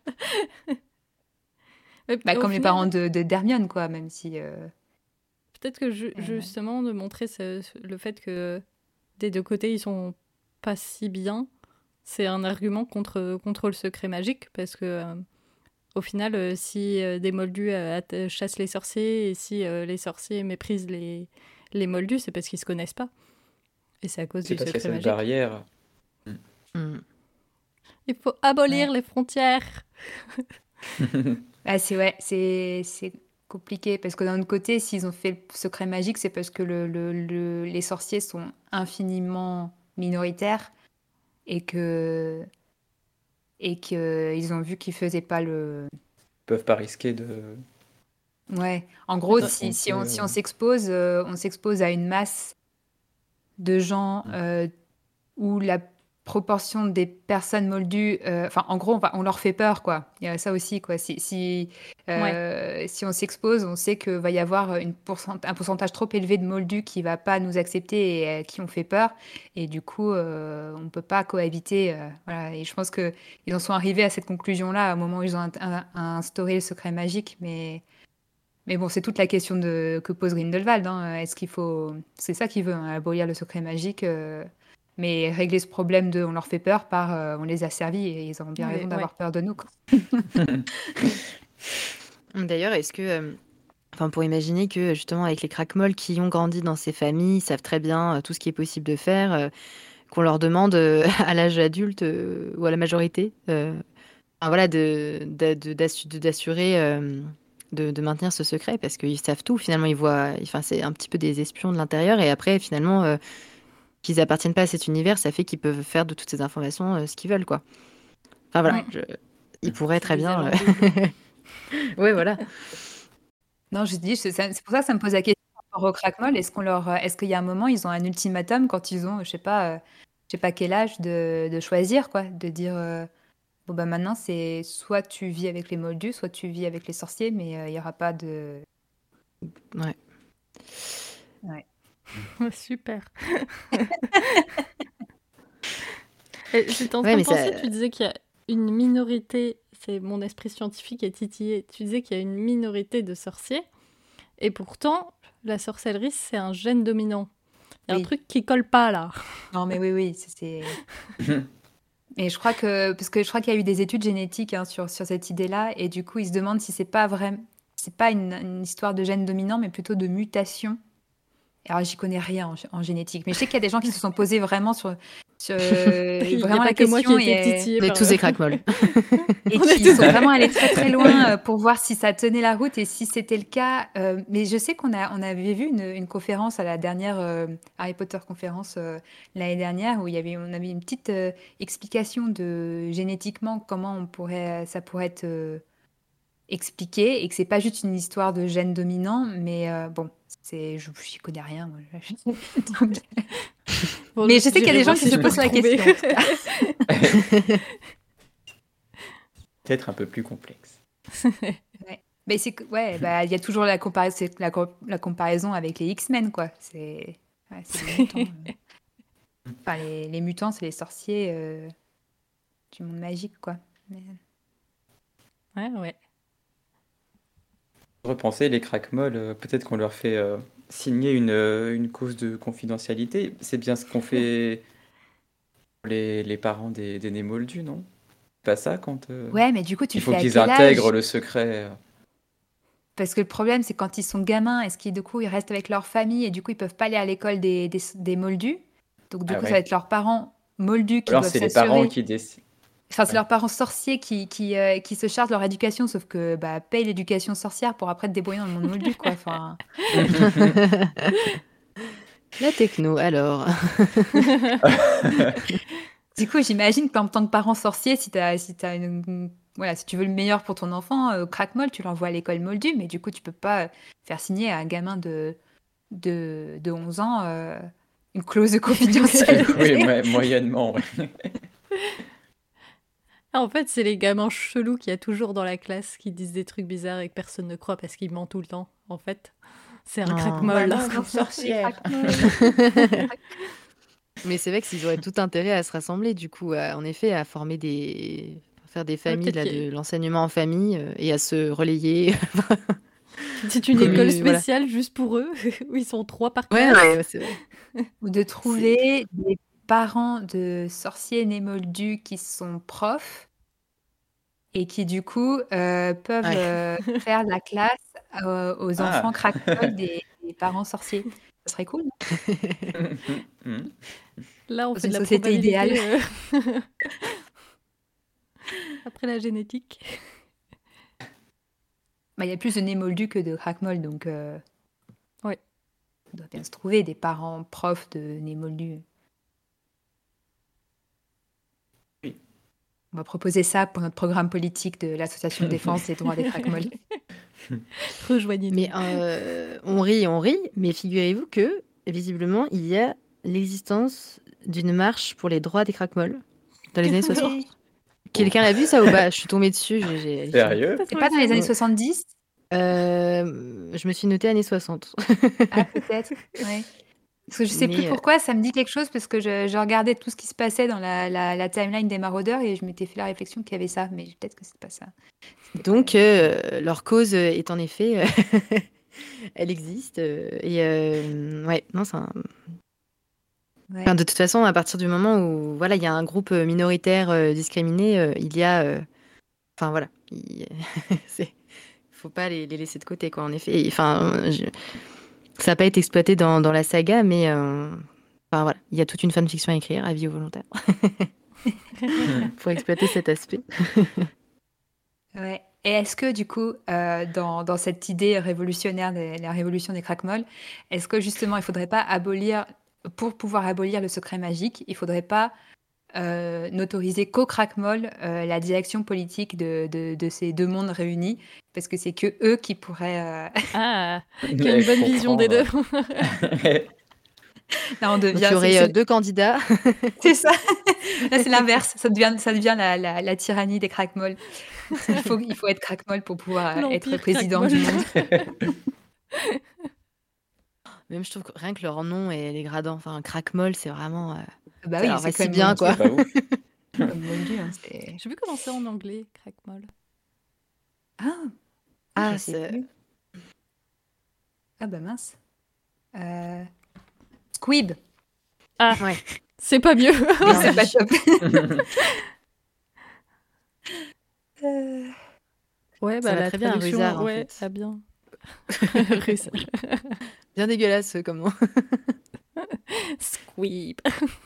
Et Bah, au comme les final, parents de, de d'Hermione, quoi, même si. euh, peut-être que ju- justement de montrer ce- ce- le fait que des deux côtés ils sont pas si bien, c'est un argument contre, contre le secret magique parce que euh, au final, euh, si euh, des moldus euh, atta- chassent les sorciers et si euh, les sorciers méprisent les, les moldus, c'est parce qu'ils se connaissent pas. Et c'est à cause C'est du parce qu'il y a secret cette magique. barrière. Mm. Il faut abolir les frontières. Ah, c'est ouais, c'est c'est compliqué. Parce que d'un autre côté, s'ils ont fait le secret magique, c'est parce que le, le- le- les sorciers sont infiniment minoritaires et que et que ils ont vu qu'ils faisaient pas le. Ils peuvent pas risquer de Ouais. En gros, si, si d'affronter. on si euh, on s'expose, euh, on s'expose à une masse de gens mm. euh, où la proportion des personnes moldues, euh, enfin, en gros, on, va- on leur fait peur, quoi. Il y a ça aussi, quoi. Si, si, Ouais. euh, si on s'expose, on sait qu'il va y avoir une pourcent- un pourcentage trop élevé de moldus qui va pas nous accepter et à qui on fait peur. Et du coup, euh, on peut pas cohabiter. euh, voilà. Et je pense que ils en sont arrivés à cette conclusion-là au moment où ils ont int- un- instauré le secret magique. Mais, mais bon, c'est toute la question de, que pose Grindelwald, hein. Est-ce qu'il faut... C'est ça qu'il veut, hein, abolir le secret magique. euh, mais régler ce problème de on leur fait peur par euh, on les a servis et ils auront bien Ouais, raison ouais. d'avoir peur de nous, quoi. D'ailleurs, est-ce que, euh, enfin, pour imaginer que justement avec les craquemolles qui ont grandi dans ces familles, ils savent très bien euh, tout ce qui est possible de faire, euh, qu'on leur demande euh, à l'âge adulte euh, ou à la majorité, euh, enfin, voilà, de, de- de- d'assu- de- d'assurer, euh, de, de maintenir ce secret parce qu'ils savent tout. Finalement, ils voient, enfin, c'est un petit peu des espions de l'intérieur et après, finalement, euh, qu'ils appartiennent pas à cet univers, ça fait qu'ils peuvent faire de toutes ces informations euh, ce qu'ils veulent, quoi. Enfin voilà, Ouais. je- ils pourraient C'est très des bien. ailes en euh, double. Ouais, voilà. Non, je dis, c'est ça- c'est pour ça que ça me pose la question par rapport au crackmol. Est-ce qu'on leur, euh, est-ce qu'il y a un moment, ils ont un ultimatum quand ils ont, je sais pas, euh, je sais pas quel âge de, de choisir, quoi, de dire, euh, bon bah maintenant c'est soit tu vis avec les moldus, soit tu vis avec les sorciers, mais euh, il y aura pas de. Ouais. Ouais. Super. Et j'étais en Ouais, train de mais penser, ça. tu disais qu'il y a une minorité, c'est mon esprit scientifique est titillé, tu disais qu'il y a une minorité de sorciers, et pourtant, la sorcellerie, c'est un gène dominant. Il y a un Oui. truc qui colle pas là. Non, mais oui, oui, c'est. c'est- Et je crois que, parce que je crois qu'il y a eu des études génétiques hein, sur, sur cette idée-là, et du coup, ils se demandent si c'est pas vrai, c'est pas une, une histoire de gène dominant, mais plutôt de mutation. Alors, j'y connais rien en, en génétique, mais je sais qu'il y a des gens qui se sont posés vraiment sur, sur euh, Il n'y a vraiment pas la que moi qui question ai été et, titillée On est par... tous des craquemolles. et On est qui tous- sont vraiment allés très très loin euh, pour voir si ça tenait la route et si c'était le cas. Euh, mais je sais qu'on a, on avait vu une, une conférence à la dernière euh, Harry Potter conférence euh, l'année dernière où il y avait, on avait une petite euh, explication de génétiquement comment on pourrait, ça pourrait être euh, expliqué et que c'est pas juste une histoire de gène dominant, mais euh, bon, c'est, je j'y connais rien. Moi. Donc, Bon, mais me je suis sais qu'il y a dit, des gens voir qui si se je peux posent la retrouver. question. en tout cas. Peut-être un peu plus complexe. Ouais. Mais c'est que- ouais, bah il y a toujours la comparaison, c'est la, co- la comparaison avec les X-Men quoi. C'est ouais, c'est les mutants. euh. Enfin les, les mutants, c'est les sorciers euh, du monde magique quoi. Mais- Ouais, ouais. Repenser les craquemolles, euh, peut-être qu'on leur fait euh, signer une, euh, une cause de confidentialité. C'est bien ce qu'ont fait les, les parents des, des nés moldus, non? Pas ça quand euh, Ouais, mais du coup tu il le faut fais à qu'ils quel intègrent âge? le secret. euh. Parce que le problème c'est quand ils sont gamins, est-ce qu'ils du coup ils restent avec leur famille et du coup ils peuvent pas aller à l'école des, des, des moldus. Donc du Ah coup ça va ouais. être leurs parents moldus qui Alors doivent c'est les parents s'assurer. qui décident. Enfin, c'est Ouais. leurs parents sorciers qui, qui, euh, qui se chargent de leur éducation, sauf que bah, paye l'éducation sorcière pour après te débrouiller dans le monde moldu, quoi. Enfin, La techno, alors. du coup, j'imagine qu'en tant que parent sorcier, si, t'as, si, t'as une, une- voilà, si tu veux le meilleur pour ton enfant, euh, craque-molle, tu l'envoies à l'école moldue, mais du coup, tu peux pas euh, faire signer à un gamin de, de, de onze ans euh, une clause de Oui, confidentialité. mo- moyennement. Ouais. Ah, en fait, c'est les gamins chelous qu'il y a toujours dans la classe qui disent des trucs bizarres et que personne ne croit parce qu'ils mentent tout le temps. En fait, c'est un Non. craque-molle. Voilà, là. c'est ça, les craque-molles. Mais c'est vrai que s'ils auraient tout intérêt à se rassembler, du coup, à- en effet, à former des, faire des familles peut-être là, qu'il y a- de l'enseignement en famille euh, et à se relayer. C'est une Comme école une- voilà. spéciale juste pour eux, où ils sont trois par Ouais, classe. ouais, c'est vrai. Ou de trouver des parents de sorciers nés moldus qui sont profs et qui du coup euh, peuvent Ouais. euh, faire la classe euh, aux Ah. enfants craquemolles des, des parents sorciers. Ça serait cool, non? Mhm. Là, on Dans fait de une la société idéale. probabilité. euh, Après la génétique. Bah, il y a plus de nés moldus que de craquemolles, donc euh, Ouais. il doit bien se trouver des parents profs de nés moldus. Oui. On va proposer ça pour notre programme politique de l'Association de défense des droits des craquemolles. Rejoignez-nous. Mais euh, on rit, on rit, mais figurez-vous que, visiblement, il y a l'existence d'une marche pour les droits des craquemolles dans les années soixante. Oui. Quelqu'un l'a vu ça ou pas? Je suis tombée dessus, j'ai- j'ai halluciné. Sérieux? C'est pas dans les années Ouais. soixante-dix? Euh, je me suis notée années soixante. Ah, peut-être. Ouais. Parce que je sais plus Mais, euh, pourquoi, ça me dit quelque chose, parce que je, je regardais tout ce qui se passait dans la, la- la timeline des maraudeurs et je m'étais fait la réflexion qu'il y avait ça, mais peut-être que c'est pas ça. C'était pas- Donc, euh, leur cause est en effet, euh, elle existe. euh, et euh, ouais, non, c'est un- Ouais. enfin, de toute façon, à partir du moment où voilà, il y a un groupe minoritaire euh, discriminé, euh, il y a, euh, enfin voilà, il c'est, faut pas les, les laisser de côté, quoi. En effet, Et, enfin, je- ça n'a pas été exploité dans, dans la saga, mais euh, enfin voilà, il y a toute une fanfiction à écrire, avis aux volontaires, pour exploiter cet aspect. Ouais. Et est-ce que du coup, euh, dans, dans cette idée révolutionnaire de la révolution des craquemolles, est-ce que justement, il faudrait pas abolir, pour pouvoir abolir le secret magique, il faudrait pas euh, n'autoriser qu'aux craquemolles euh, la direction politique de, de, de ces deux mondes réunis, parce que c'est que eux qui pourraient. euh, Ah, qui a Ouais, une bonne je vision des deux. comprends. Là, on Donc, devient. il y c'est- aurait c'est- euh, deux candidats. C'est ça. Là, c'est l'inverse. Ça devient, ça devient la, la, la tyrannie des craquemolles. Il faut, il faut être craquemolle pour pouvoir euh, être L'empire président du monde. craquemolle. Même je trouve que rien que leur nom est dégradant. Enfin, craquemolle, c'est vraiment. euh, Bah ça oui, leur c'est va quand si même bien, moldu, quoi. C'est pas ouf. comme moldu, hein, c'est- Je sais plus comment c'est en anglais, craquemolle. Ah, Ah, je sais c'est- plus. Ah bah mince. Euh... Squib. Ah, Ouais. c'est pas mieux. Oui, c'est pas top. Euh, Ouais, Ça bah va la très bien à traduction, Rusard, en ouais, fait. ah bien. Rusard. Bien dégueulasse, euh, comment. Squeeb.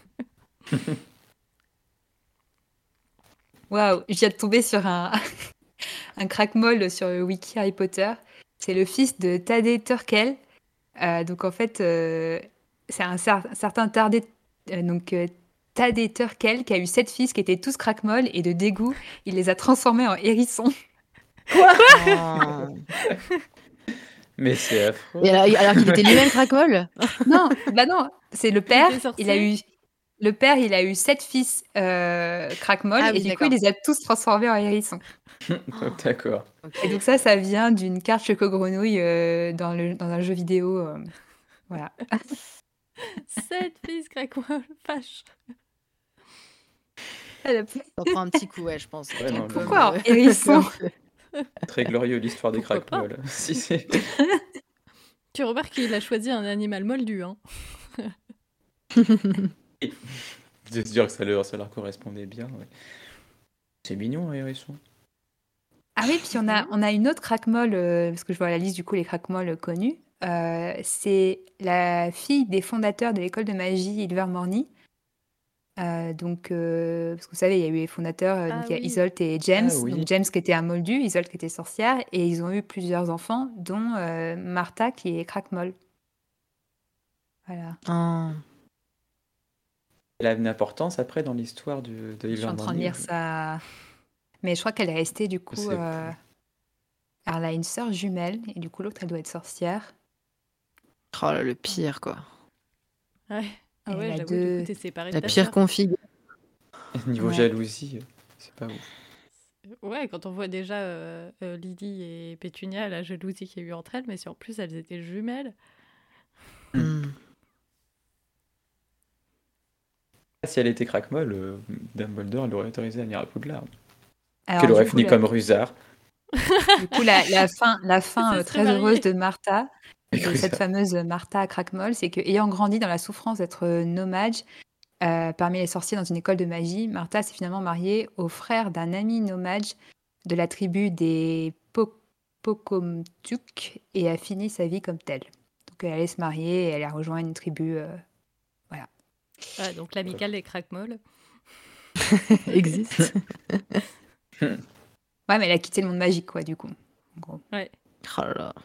Waouh, je viens de tomber sur un, un craquemolle sur le wiki Harry Potter. C'est le fils de Tadé Turkel. Euh, donc en fait, euh, c'est un, cer- un certain Tadé, euh, donc euh, Tadé Turkel qui a eu sept fils qui étaient tous craquemolles et de dégoût, il les a transformés en hérissons. Oh. Mais c'est affreux. Et alors, alors qu'il était lui-même craquemolle. Non, bah non, c'est le père. était sorcier. Il a eu le père, il a eu sept fils euh, craquemolles Ah et oui, du coup, d'accord. il les a tous transformés en hérissons. Donc, d'accord. Et donc ça, ça vient d'une carte Choco-Grenouille euh, dans, le, dans un jeu vidéo. euh, voilà. Sept fils craquemolle, vache. On prend un petit coup, ouais, je pense. Ouais, non, Pourquoi Comme, en hérisson? Très glorieux l'histoire des Pourquoi pas craquemolles. Si c'est. Tu remarques qu'il a choisi un animal moldu, hein. De se dire que ça leur, ça leur correspondait bien. Ouais. C'est mignon, un hérisson. Ah oui, puis on a, on a une autre craquemolle, euh, parce que je vois la liste du coup les craquemolles connus. Euh, c'est la fille des fondateurs de l'école de magie Ilvermorny. Euh, donc, euh, parce que vous savez, il y a eu les fondateurs, euh, Ah donc il y a oui. Isolde et James. Ah oui. Donc James qui était un moldu, Isolde qui était sorcière, et ils ont eu plusieurs enfants, dont euh, Martha qui est craquemolle. Voilà. Oh. Elle a une importance après dans l'histoire de, de Je suis en train de lire ça. Mais je crois qu'elle est restée du coup. sais euh, Elle a une sœur jumelle, et du coup l'autre elle doit être sorcière. Oh là, le pire, quoi. Ouais. Ah Elle ouais, a j'avoue, deux- du coup, t'es séparé de La ta pire sœur. config. Niveau Ouais. jalousie, euh, c'est pas ouf. Ouais, quand on voit déjà euh, euh, Lydie et Pétunia, la jalousie qu'il y a eu entre elles, mais si en plus elles étaient jumelles. Hmm. Si elle était craquemolle, euh, Dumbledore l'aurait autorisé à venir à Poudlard. Alors, Qu'elle du aurait coup, fini la- comme Rusard. Du coup, la, la fin, la fin Ça euh, serait très marié. heureuse de Martha, Avec de cette Rusard. fameuse Martha à Craquemolle, c'est que, ayant grandi dans la souffrance d'être euh, nomade euh, parmi les sorciers dans une école de magie, Martha s'est finalement mariée au frère d'un ami nomade de la tribu des Po- Pocomtuc et a fini sa vie comme telle. Donc, elle allait se marier et elle a rejoint une tribu. euh, Ouais, donc l'amicale des craquemolles. Existe. Ouais, mais elle a quitté le monde magique, quoi, du coup. En gros. Ouais. Oh là là.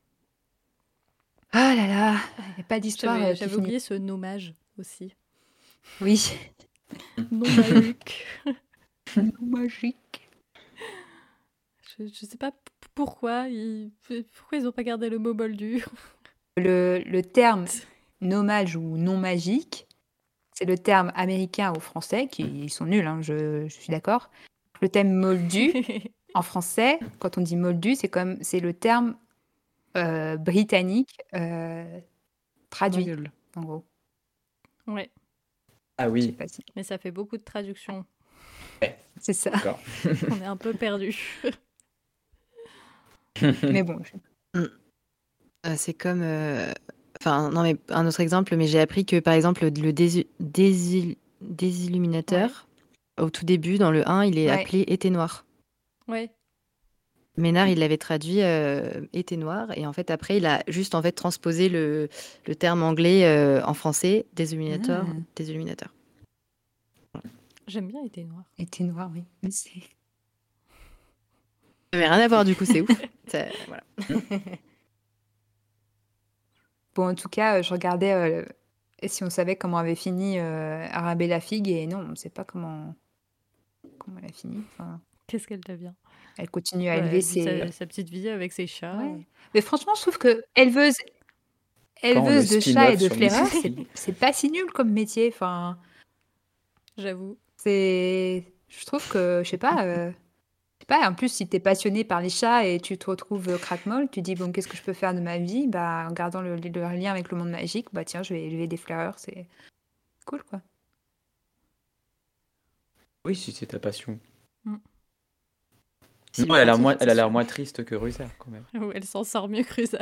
Ah là là, il n'y a pas d'histoire J'avais euh, qui j'avais finit. oublié ce nommage aussi. Oui, Non magique. magique. Je, je sais pas p- pourquoi ils, pourquoi ils ont pas gardé le mot moldu. Le, le terme nommage ou non magique, c'est le terme américain ou français, qui ils sont nuls, hein, je, je suis d'accord. Le terme moldu, en français, quand on dit moldu, c'est comme c'est le terme euh, britannique euh, traduit, gueule. en gros. Ouais, Ah Je sais oui, pas si mais ça fait beaucoup de traductions. c'est ça. d'accord. On est un peu perdu. Mais bon, je- Euh, c'est comme. euh, Enfin, non, mais un autre exemple, mais j'ai appris que par exemple, le désu- désil- désilluminateur, au tout début, dans le un, il est Ouais. appelé été noir. Ouais, Ménard, il l'avait traduit euh, été noir, et en fait, après, il a juste en fait transposé le, le terme anglais euh, en français, désilluminateur, Ah. désilluminateur. j'aime bien été noir. était noir, oui. Mais c'est- Ça n'avait rien à voir, du coup, c'est ouf. Ça- voilà. Bon, en tout cas, euh, je regardais euh, si on savait comment avait fini euh, Arabelle la figue, et non, on ne sait pas comment, comment elle a fini. Enfin, Qu'est-ce qu'elle devient? elle continue à Bah, élever elle vit ses... sa, sa petite vie avec ses chats. Ouais. Mais franchement, je trouve que éleveuse, Quand éleveuse le de chats et spin-off de sur flaireurs, c'est Mississippi. c'est pas si nul comme métier. Enfin, J'avoue. c'est... Je trouve que, je sais pas... euh, je sais pas, en plus, si tu es passionné par les chats et tu te retrouves euh, craquemol, tu dis, bon, qu'est-ce que je peux faire de ma vie? Bah, en gardant le, le lien avec le monde magique, bah tiens, je vais élever des flaireurs, c'est cool, quoi. Oui, si c'est ta passion. Si, Non, le elle a l'air pratique, moins, c'est elle a l'air sûr. moins triste que Rusard, quand même. Où elle s'en sort mieux que Rusa.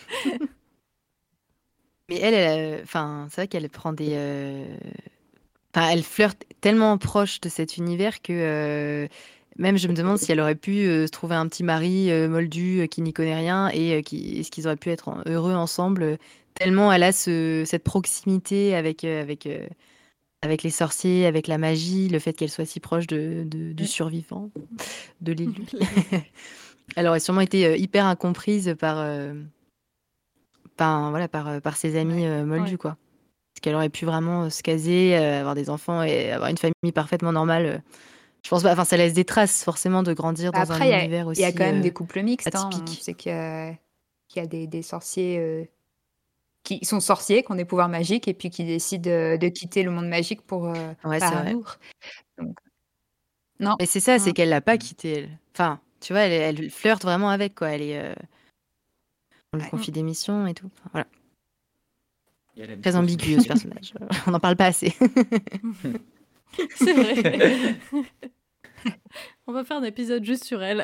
Mais elle, elle, euh, enfin, c'est vrai qu'elle prend des. euh, Enfin, elle flirte tellement proche de cet univers que euh, même je me demande si elle aurait pu euh, se trouver un petit mari euh, moldu euh, qui n'y connaît rien et euh, qui est-ce qu'ils auraient pu être en- heureux ensemble euh, tellement elle a ce, cette proximité avec euh, avec euh, avec les sorciers, avec la magie, le fait qu'elle soit si proche de, de- du Mm. survivant, de l'élu. Elle aurait sûrement été euh, hyper incomprise par euh, par voilà par euh, par ses amis Ouais. euh, moldus Ouais. quoi. Parce qu'elle aurait pu vraiment euh, se caser, euh, avoir des enfants et avoir une famille parfaitement normale. euh. Je pense pas. Enfin, ça laisse des traces forcément de grandir Bah dans un après, il y a, univers il y a aussi quand même euh, des couples mixtes, hein. On atypique. sait qu'il y a, qu'il y a des, des sorciers euh, qui sont sorciers, qui ont des pouvoirs magiques, et puis qui décident euh, de quitter le monde magique pour euh, Ouais, par c'est vrai. amour. Donc, non. Mais c'est ça, c'est Mm. qu'elle l'a pas quitté elle. Enfin, tu vois, elle, elle flirte vraiment avec quoi. Elle est, euh, on lui Ouais. confie des missions et tout. Enfin, voilà. Et elle aime Très trop ce ambigu ce personnage. On n'en parle pas assez. C'est vrai. On va faire un épisode juste sur elle.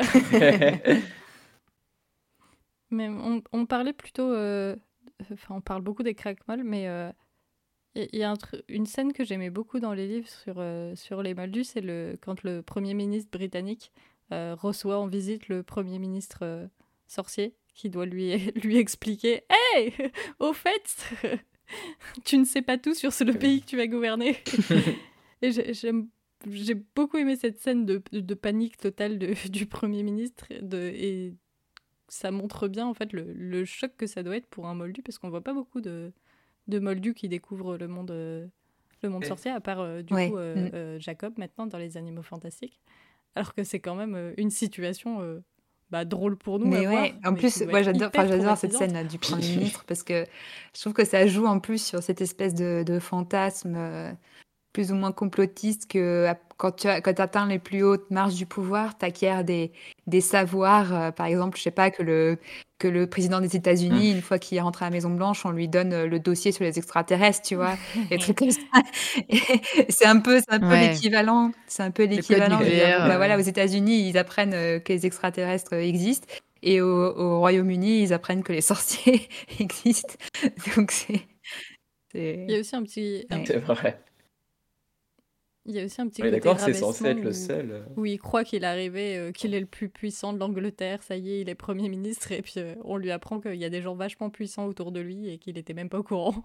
Mais on, on parlait plutôt... euh, Enfin, on parle beaucoup des crackmolls, mais euh, il y, y a un tru- une scène que j'aimais beaucoup dans les livres sur, euh, sur les moldus, c'est le, quand le Premier ministre britannique euh, reçoit en visite le Premier ministre euh, sorcier, qui doit lui, lui expliquer « Hey, au fait, tu ne sais pas tout sur ce- le pays que tu vas gouverner. » Et j'ai- j'aime j'ai beaucoup aimé cette scène de, de panique totale de- du Premier ministre, de, et ça montre bien en fait le, le choc que ça doit être pour un moldu, parce qu'on voit pas beaucoup de, de moldus qui découvrent le monde, euh, le monde Ouais. sorcier, à part euh, du Ouais. coup euh, Mm. euh, Jacob maintenant dans Les Animaux Fantastiques. Alors que c'est quand même euh, une situation euh, bah, drôle pour nous Mais à ouais, voir, en mais plus, qui doit moi être j'adore, hyper enfin, j'adore cette traumatisante. scène là, du Premier ministre, parce que je trouve que ça joue en plus sur cette espèce de, de fantasme euh, plus ou moins complotiste que à- quand tu as- quand tu atteins les plus hautes marches du pouvoir, tu acquiers des, des savoirs. euh, par exemple, je sais pas, que le, que le président des États-Unis, une fois qu'il est rentré à la Maison-Blanche, on lui donne euh, le dossier sur les extraterrestres, tu vois, des trucs comme ça. Et c'est un peu, c'est un peu Ouais. l'équivalent. C'est un peu Le code l'équivalent de dire, nucléaire. bon, bah voilà, aux euh, États-Unis, ils apprennent euh, que les extraterrestres euh, existent. Et au, au Royaume-Uni, ils apprennent que les sorciers existent. Donc c'est... Il y a c'est- aussi un petit, un Ouais. C'est vrai. Il y a aussi un petit On est côté d'accord que c'est censé rabaissement être le où, seul. euh. où il croit qu'il est arrivé, euh, qu'il est le plus puissant de l'Angleterre, ça y est, il est Premier ministre, et puis euh, on lui apprend qu'il y a des gens vachement puissants autour de lui et qu'il n'était même pas au courant.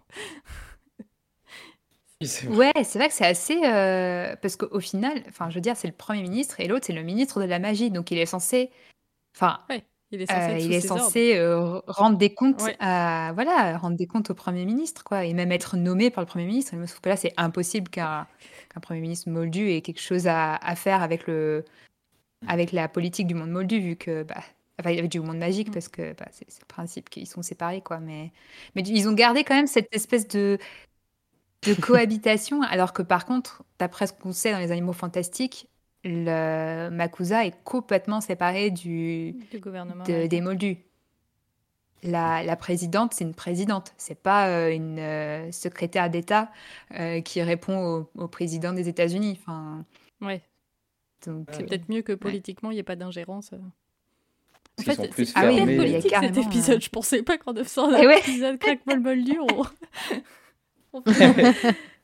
Oui, c'est vrai. Ouais, c'est vrai que c'est assez... euh, parce qu'au final, enfin, je veux dire, c'est le Premier ministre et l'autre, c'est le ministre de la magie. Donc il est censé... Enfin, Ouais, Il est censé Euh, être il sous est ses ordres. censé euh, rendre des comptes Ouais. à voilà, rendre des comptes au Premier ministre, quoi, et même être nommé par le Premier ministre. Sauf que là, c'est impossible qu'un qu'un Premier ministre moldu ait quelque chose à, à faire avec le avec la politique du monde moldu, vu que bah, enfin, avec du monde magique, Mm. parce que bah, c'est c'est le principe qu'ils sont séparés, quoi. Mais mais ils ont gardé quand même cette espèce de de cohabitation, alors que par contre, d'après ce qu'on sait dans les animaux fantastiques, le Makusa est complètement séparé du Du gouvernement de- des américain. moldus. La, la présidente, c'est une présidente. C'est pas euh, une euh, secrétaire d'État euh, qui répond au, au président des États-Unis. Enfin, Ouais. donc, Ah C'est oui. peut-être mieux que ouais. politiquement, il n'y ait pas d'ingérence. euh. En Parce qu'ils fait, sont plus c'est Ah oui, hyper fermés. il y a politique cet carrément. épisode. euh, Je pensais pas qu'en faisant un Eh ouais. épisode crack-molle moldu, on... on ferait-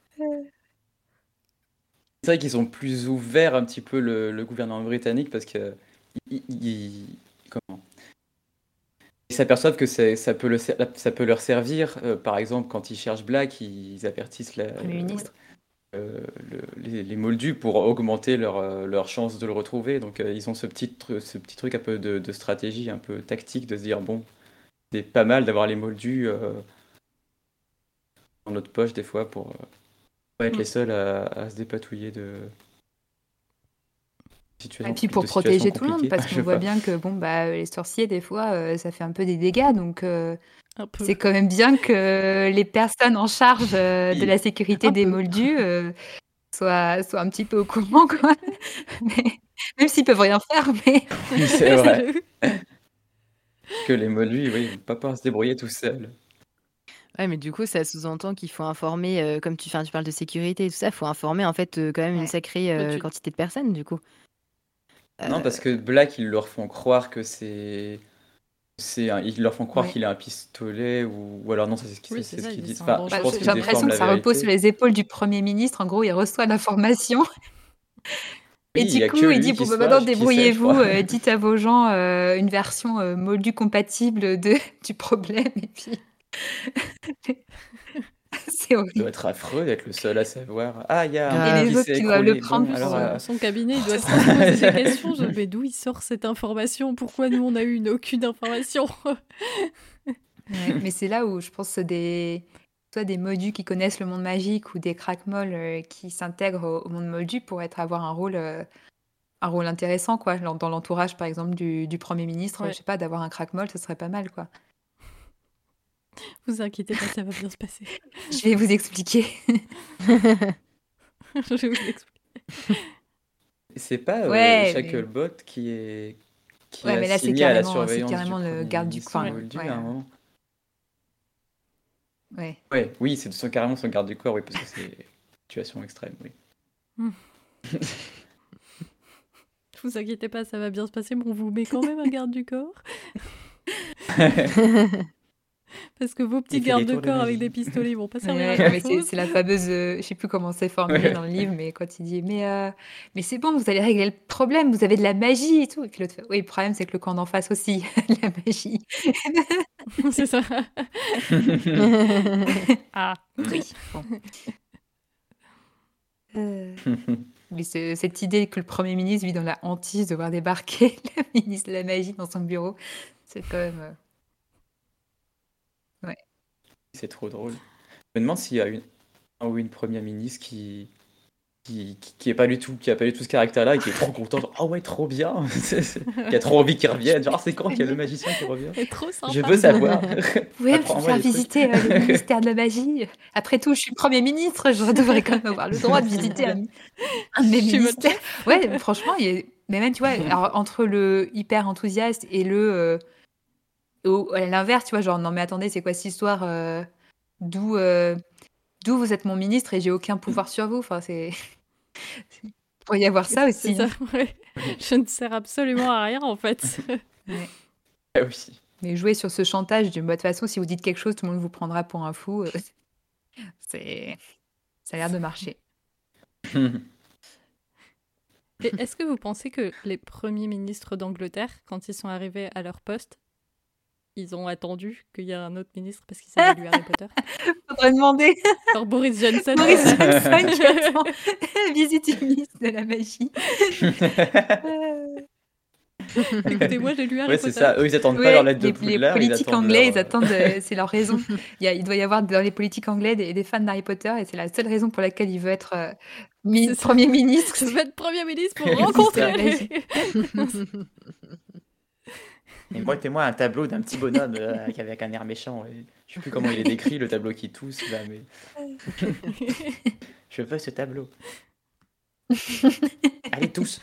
C'est vrai qu'ils ont plus ouvert un petit peu le, le gouvernement britannique parce que ils, ils- comment ils s'aperçoivent que c'est- ça peut, le, ser- ça peut leur servir. Euh, par exemple, quand ils cherchent Black, ils avertissent la- Premier ministre. euh, le- les, les Moldus pour augmenter leur, euh, leur chance de le retrouver. Donc euh, ils ont ce petit, tru- ce petit truc un peu de, de stratégie, un peu tactique, de se dire bon, c'est pas mal d'avoir les Moldus euh, dans notre poche des fois pour euh, pas être Mm. les seuls à, à se dépatouiller de Et situations, puis pour de situations protéger tout le monde, compliquées. parce Je qu'on sais voit pas. bien que bon, bah, les sorciers, des fois, euh, ça fait un peu des dégâts. Donc, euh, un peu. c'est quand même bien que les personnes en charge euh, de Oui. la sécurité Un des peu. moldus euh, soient, soient un petit peu au courant, quoi. Mais- même s'ils peuvent rien faire, mais Oui, c'est vrai. J'avoue. Que les Moldus, oui, ils vont pas pouvoir se débrouiller tout seuls. Ouais, mais du coup, ça sous-entend qu'il faut informer, euh, comme tu, 'fin, tu parles de sécurité et tout ça, il faut informer en fait euh, quand même une Ouais. sacrée Bah, euh, tu- quantité de personnes, du coup. Non, Euh, parce que Black, ils leur font croire que c'est. c'est un- Ils leur font croire Ouais. qu'il a un pistolet ou, ou alors non, ça, c'est ce qu'ils Oui, c'est c'est ce ça, qu'ils ils disent. sont Enfin, dangereux. je Bah, pense j'ai qu'ils j'ai l'impression déforment que la ça repose sur vérité. les épaules du Premier ministre. En gros, il reçoit l'information. Et Oui, il y du a coup, que il lui dit, qui bon, bah, maintenant, soit, qui sait, je débrouillez-vous, crois. euh, dites à vos gens euh, une version euh, moldu compatible de, du problème. Et puis, c'est Ça doit horrible. être affreux d'être le seul à savoir. Ah, il y a un Et grave. pont les qui autres s'est qui doivent le écroulé. prendre Bon, pour... alors. Son, euh, son cabinet, il doit c'est se ça. se poser des questions. Je, mais d'où il sort cette information? Pourquoi nous, on a eu une aucune information? Ouais, mais c'est là où je pense que des, soit des moldus qui connaissent le monde magique ou des crackmolls euh, qui s'intègrent au, au monde moldu pour être, avoir un rôle, euh, un rôle intéressant, quoi. Dans dans l'entourage, par exemple, du, du Premier ministre, Ouais. je sais pas, d'avoir un crackmoll, ce serait pas mal, quoi. Vous inquiétez pas, ça va bien se passer. Je vais vous expliquer. Je vais vous expliquer. C'est pas euh, Ouais, mais, Shacklebot qui est, qui ouais, est mais là, c'est assigné à la carrément, c'est surveillance du carrément le Premier garde du ministre coin. Ouais. moldu Ouais, à un euh, moment. ouais. Ouais, oui, c'est son- carrément son garde du corps, oui, parce que c'est une situation extrême, oui. Vous inquiétez pas, ça va bien se passer, mais on vous met quand même un garde du corps. Parce que vos petits Il fait gardes des de tours de corps avec magie. des pistolets, ils vont pas servir à Ouais, grand mais c'est chose. c'est la fameuse, euh, je sais plus comment c'est formulé Ouais. dans le livre, mais quand il dit mais euh, mais c'est bon, vous allez régler le problème, vous avez de la magie et tout. Et puis l'autre fait oui, le problème c'est que le camp d'en face aussi a de la magie. C'est ça. Ah, oui. Bon. Euh, Mais c'est- cette idée que le Premier ministre vit dans la hantise de voir débarquer la ministre de la magie dans son bureau, c'est quand même. euh, Ouais. C'est trop drôle. Je me demande s'il y a une, un ou une première ministre qui, qui, qui, qui est pas du tout, qui a pas du tout ce caractère-là et qui est trop content, genre, oh ouais, trop bien, C'est- c'est- qui a trop envie qu'il revienne, genre, c'est quand qu'il y a le magicien qui revient? C'est trop sympa. Je veux savoir. Vous pouvez me Apprends-moi faire des trucs. visiter euh, le ministère de la magie. Après tout, je suis Premier ministre, je devrais quand même avoir le droit de visiter un, un de mes Je suis votre ministères. Ouais, franchement, il y a- mais même, tu vois, alors, entre le hyper enthousiaste et le. euh, au- à l'inverse, tu vois, genre, non mais attendez, c'est quoi cette histoire euh, D'où euh, d'où vous êtes mon ministre et j'ai aucun pouvoir sur vous. Enfin, c'est. Il pourrait y avoir ça C'est aussi. ça, ouais. Je ne sers absolument à rien, en fait. Ouais. Ah oui. Mais jouer sur ce chantage de toute façon, si vous dites quelque chose, tout le monde vous prendra pour un fou. euh, c'est. Ça a l'air de marcher. Et est-ce que vous pensez que les premiers ministres d'Angleterre, quand ils sont arrivés à leur poste, ils ont attendu qu'il y ait un autre ministre parce qu'ils savaient lu Harry Potter? Faudrait demander Genre Boris Johnson. Boris euh, Johnson qui attend la visite du ministre de la magie. Euh, Écoutez, moi, j'ai lu Harry Ouais, c'est Potter. ça. Eux, ils attendent pas Ouais, leur lettre de les, les Poudlard, ils politiques attendent anglais, leur. ils euh, attendent, euh, c'est leur raison. Il y a- il doit y avoir dans les politiques anglais des, des fans d'Harry Potter et c'est la seule raison pour laquelle il veut être euh, mi- C'est ça. Premier ministre. Je vais être Premier ministre pour C'est rencontrer ça. les... Et mettez-moi un tableau d'un petit bonhomme euh, avec, avec un air méchant. Et... Je sais plus comment il est décrit, le tableau qui tousse, là, mais. Je veux ce tableau. Allez, tous.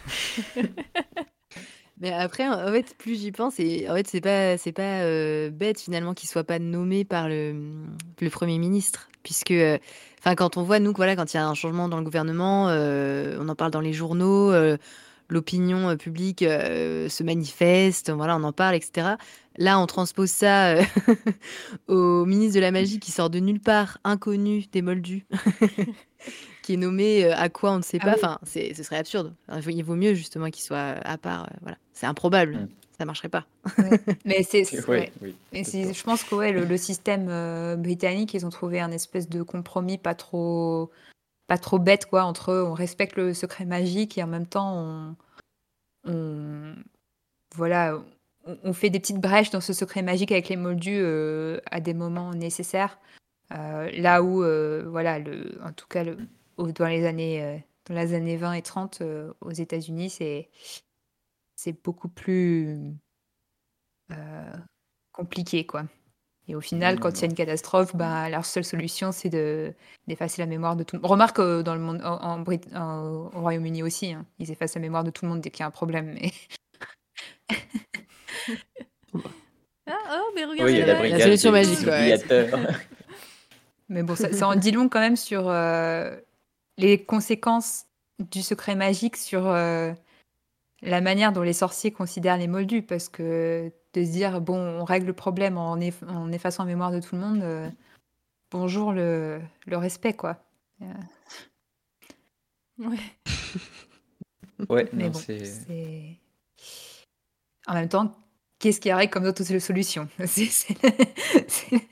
Mais après, en fait, plus j'y pense, et en fait, c'est pas, c'est pas euh, bête finalement qu'il soit pas nommé par le, le Premier ministre, puisque, euh, enfin, quand on voit nous, que, voilà, quand il y a un changement dans le gouvernement, euh, on en parle dans les journaux, euh, l'opinion euh, publique euh, se manifeste, voilà, on en parle, et cetera. Là, on transpose ça euh, au ministre de la Magie qui sort de nulle part, inconnu des Moldus, qui est nommé euh, à quoi on ne sait Ah pas. oui. Enfin, c'est, ce serait absurde. Il vaut- il vaut mieux justement qu'il soit à part. euh, voilà, c'est improbable. Mm. Ça marcherait pas. Ouais. Mais c'est, C'est- c'est- ouais, ouais. oui. Mais c'est c'est- ça. je pense que ouais, le, le système euh, britannique, ils ont trouvé un espèce de compromis pas trop, pas trop bête quoi entre eux. On respecte le secret magique et en même temps on, on- voilà, on, on fait des petites brèches dans ce secret magique avec les Moldus euh, à des moments nécessaires. Euh, là où euh, voilà, le, en tout cas le, au- dans les années euh, dans les années vingt et trente euh, aux États-Unis, c'est c'est beaucoup plus euh, compliqué quoi. Et au final, quand il y a Mm, une catastrophe, bah, leur seule solution, c'est de, d'effacer la mémoire de tout le monde. Remarque euh, dans le monde, en, en Brit- en- au Royaume-Uni aussi, hein, ils effacent la mémoire de tout le monde dès qu'il y a un problème. Mais... Ah, oh, mais Oui, regardez il y a la la vague. La brigade solution des magique, ouais. oubliateurs. Mais bon, ça, ça en dit long quand même sur euh, les conséquences du secret magique sur euh, la manière dont les sorciers considèrent les moldus. Parce que de se dire, bon, on règle le problème en, eff- en effaçant la mémoire de tout le monde, euh, bonjour le, le respect, quoi. Euh, Ouais. Ouais, mais non, bon, c'est. c'est... En même temps, qu'est-ce qu'il y aurait comme autre solution? C'est- c'est- c'est-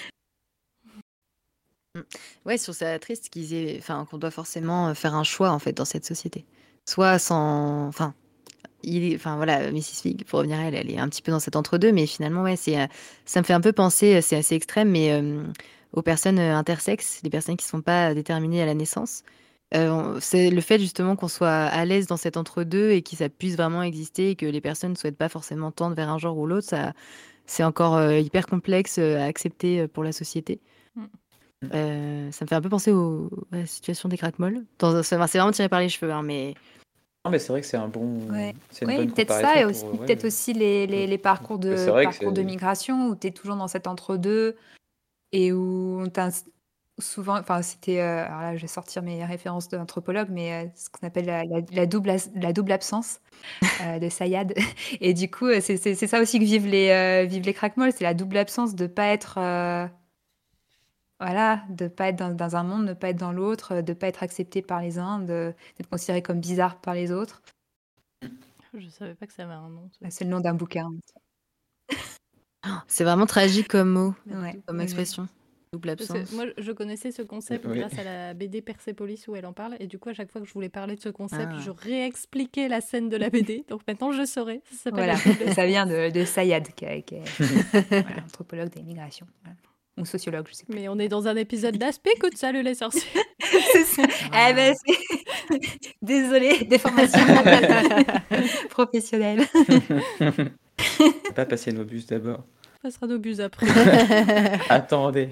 Ouais, je trouve ça triste qu'ils aient, enfin, qu'on doit forcément euh, faire un choix en fait dans cette société. Soit sans, enfin, il est, enfin voilà, missus Fig, pour revenir à elle, elle est un petit peu dans cet entre-deux, mais finalement, ouais, c'est, euh, ça me fait un peu penser, euh, c'est assez extrême, mais euh, aux personnes euh, intersexes, les personnes qui ne sont pas déterminées à la naissance. Euh, on- c'est le fait justement qu'on soit à l'aise dans cet entre-deux et que ça puisse vraiment exister et que les personnes ne souhaitent pas forcément tendre vers un genre ou l'autre, ça, c'est encore euh, hyper complexe euh, à accepter euh, pour la société. Mm. Euh, ça me fait un peu penser au- à la situation des crack-molles. Dans un- c'est c'est vraiment tiré par les cheveux, hein, mais Non, mais c'est vrai que c'est un bon. Ouais. C'est une Oui, bonne peut-être comparaison ça, et pour. aussi, euh, ouais. peut-être aussi les, les, les parcours Mais c'est de, vrai que parcours de c'est. migration où tu es toujours dans cet entre-deux et où on t'a souvent, enfin c'était, euh, alors là je vais sortir mes références d'anthropologue, mais euh, ce qu'on appelle la, la- la double, as- la double absence euh, de Sayad. Et du coup, euh, c'est c'est- c'est ça aussi que vivent les, euh, vivent les crackmolls, c'est la double absence de pas être, euh, voilà, de pas être dans, dans un monde, de pas être dans l'autre, de pas être accepté par les uns, de- d'être considéré comme bizarre par les autres. Je savais pas que ça avait un nom. ça. Bah, c'est le nom d'un bouquin. c'est vraiment tragique comme mot, Ouais, comme ouais, expression. Double Parce que absence. moi, je connaissais ce concept Oui. grâce à la B D Persepolis où elle en parle. Et du coup, à chaque fois que je voulais parler de ce concept, Ah. je réexpliquais la scène de la B D. Donc maintenant, je saurais. Ça s'appelle Voilà, la double ça absence. vient de, de Sayad, qui est, qui est, voilà, anthropologue des migrations. Voilà. Ou sociologue, je sais plus. Mais on est dans un épisode d'aspect. Écoute, salut les sorciers. C'est ça. Ah. Eh ben, c'est... Désolée, déformation professionnelle. On va pas passer nos bus d'abord. On passera nos bus après. Attendez.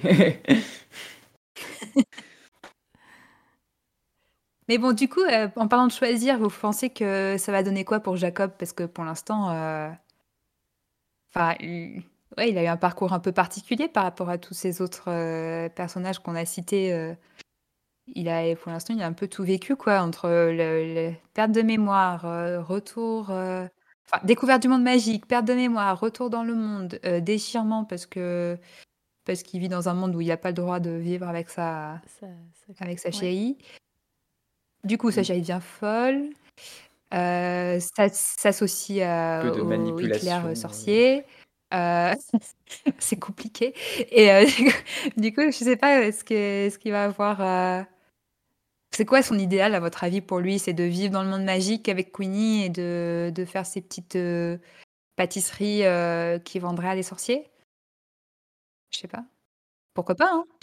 Mais bon, du coup, euh, en parlant de choisir, vous pensez que ça va donner quoi pour Jacob? Parce que pour l'instant, euh, enfin, il... ouais, il a eu un parcours un peu particulier par rapport à tous ces autres euh, personnages qu'on a cités. euh. Il a, pour l'instant, il a un peu tout vécu, quoi, entre le, le- perte de mémoire, euh, retour, euh, enfin, découverte du monde magique, perte de mémoire, retour dans le monde, euh, déchirement parce que parce qu'il vit dans un monde où il n'a pas le droit de vivre avec sa Ça- ça- avec sa Ouais. chérie. Du coup, sa Mm. chérie devient folle. Euh, ça s'associe à- Peu de au Hitler manipulation, euh, euh. sorcier. Euh, c'est compliqué. Et euh, du coup, du coup, je sais pas euh, ce que ce qu'il va avoir. euh, C'est quoi son idéal, à votre avis, pour lui? C'est de vivre dans le monde magique avec Queenie et de, de faire ses petites euh, pâtisseries euh, qu'il vendrait à des sorciers? Je sais pas. Pourquoi pas, hein?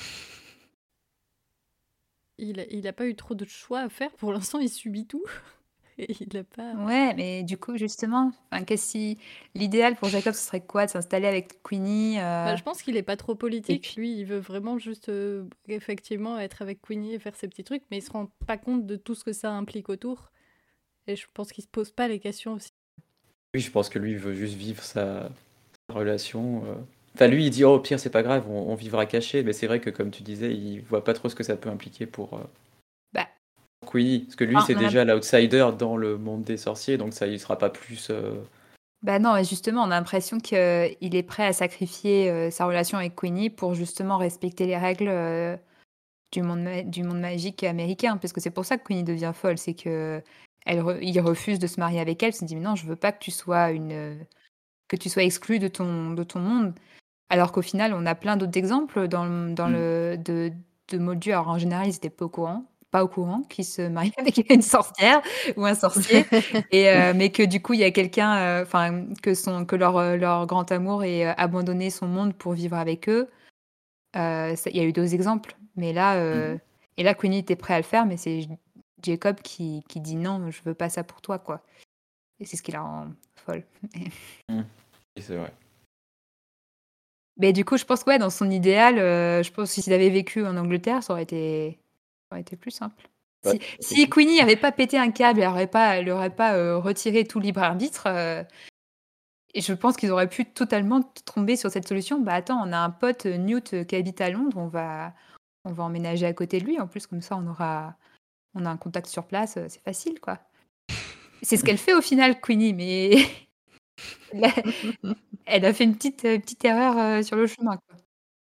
Il a, il a pas eu trop de choix à faire. Pour l'instant, il subit tout. Et il a pas. Ouais, mais du coup, justement, enfin, qu'est-ce si l'idéal pour Jacob, ce serait quoi? De s'installer avec Queenie euh, Bah, je pense qu'il est pas trop et politique. puis... Lui, il veut vraiment juste euh, effectivement être avec Queenie et faire ses petits trucs, mais il se rend pas compte de tout ce que ça implique autour. Et je pense qu'il se pose pas les questions aussi. Oui, je pense que lui, il veut juste vivre sa, sa relation. euh. Enfin, lui, il dit, oh, au pire, c'est pas grave, on, on vivra caché. Mais c'est vrai que, comme tu disais, il voit pas trop ce que ça peut impliquer pour euh, Bah, Queenie. Parce que lui, enfin, c'est on en a- déjà l'outsider dans le monde des sorciers, donc ça, il sera pas plus. euh, bah non, mais justement, on a l'impression qu'il est prêt à sacrifier euh, sa relation avec Queenie pour justement respecter les règles euh, du monde, ma- du monde magique américain. Parce que c'est pour ça que Queenie devient folle, c'est que elle re- il refuse de se marier avec elle. Il se dit, mais non, je veux pas que tu sois une, euh, que tu sois exclue de ton, de ton monde. Alors qu'au final, on a plein d'autres exemples dans le, dans Mm. le, de, de Moldus. Alors en général, ils n'étaient pas au courant, pas au courant qu'ils se mariaient avec une sorcière ou un sorcier, et, euh, mais que du coup, il y a quelqu'un, euh, enfin, que, son, que leur, euh, leur grand amour ait euh, abandonné son monde pour vivre avec eux. Euh, ça- Il y a eu deux exemples, mais là, euh, et là, Queenie était prêt à le faire, mais c'est Jacob qui, qui dit non, je veux pas ça pour toi, quoi. Et c'est ce qui la rend folle. Mm. Et c'est vrai. Mais du coup, je pense que ouais, dans son idéal, euh, je pense que s'il avait vécu en Angleterre, ça aurait été, ça aurait été plus simple. Ouais, Si, si Queenie n'avait pas pété un câble, elle n'aurait pas, elle aurait pas euh, retiré tout libre arbitre, euh, et je pense qu'ils auraient pu totalement tomber sur cette solution. Bah attends, on a un pote, euh, Newt, euh, qui habite à Londres, on va, on va emménager à côté de lui. En plus, comme ça, on aura, on a un contact sur place, euh, c'est facile, quoi. C'est ce qu'elle fait au final, Queenie, mais elle a, elle a fait une petite, euh, petite erreur euh, sur le chemin, quoi.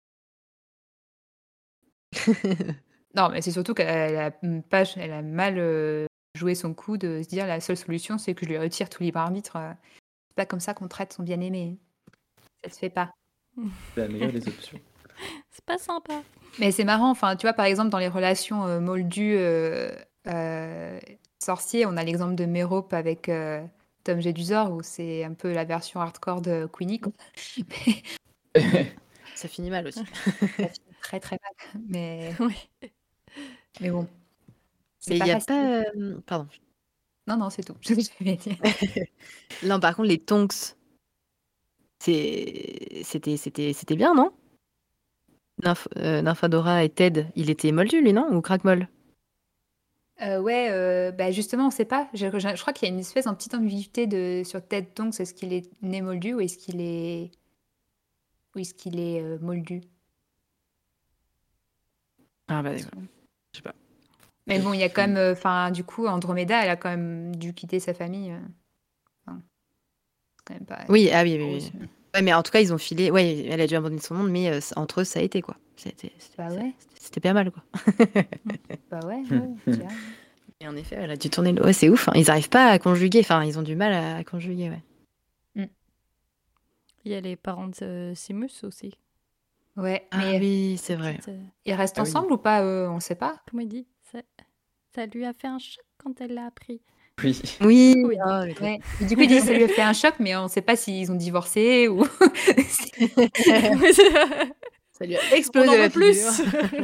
Non, mais c'est surtout qu'elle a mm, pas, elle a mal euh, joué son coup de se dire la seule solution, c'est que je lui retire tout libre arbitre. euh. C'est pas comme ça qu'on traite son bien-aimé. Ça se fait pas. C'est la meilleure des options. C'est pas sympa. Mais c'est marrant, enfin, tu vois, par exemple, dans les relations euh, moldues euh, euh, sorciers, on a l'exemple de Mérope avec euh, Tom Jedusor, où c'est un peu la version hardcore de Queenie, quoi. Mais Ça finit mal aussi. ça finit très très mal. Mais, Oui. mais bon, c'est Mais il pas n'y a facile. pas. euh, Pardon. Non, non, c'est tout. C'est ce que je vais dire. Non, par contre, les tonks, c'est- c'était c'était c'était bien, non? Nymph- euh, Nymphadora et Ted, il était moldu, lui, non? Ou crack-molle? Euh, ouais, euh, bah justement, on sait pas. Je, je- je crois qu'il y a une espèce de petite ambiguïté de, sur Ted Tonks. Est-ce qu'il est né moldu ou est-ce qu'il est, ou est-ce qu'il est euh, moldu? Ah bah d'accord. Je sais pas. Mais bon, il y a quand même, euh, enfin, du coup, Andromeda, elle a quand même dû quitter sa famille. euh. Enfin, c'est quand même pas. Oui, ah oui, oui, grosse. oui. Ouais, mais en tout cas, ils ont filé. Ouais, elle a dû abandonner son monde, mais euh, ça- entre eux, ça a été quoi. C'était c'était- Bah ça- ouais, c'était- c'était pas mal quoi. bah ouais, ouais, tu vois. Et en effet, elle a dû tourner le. Ouais, c'est ouf, hein. Ils n'arrivent pas à conjuguer. Enfin, ils ont du mal à conjuguer, ouais. Il y a les parents de euh, Simus aussi. Ouais, Ah mais oui, c'est vrai. Petite, euh, ils restent Ah oui. ensemble ou pas, eux? On sait pas. comment il dit ça, ça lui a fait un choc quand elle l'a appris. Oui. Oui. Oui. Ah, mais trop. Ouais. Et du coup, ils disent que ça lui a fait un choc, mais on sait pas s'ils ont divorcé ou. Oui, c'est- Ça lui a On explosé en la veut plus. figure.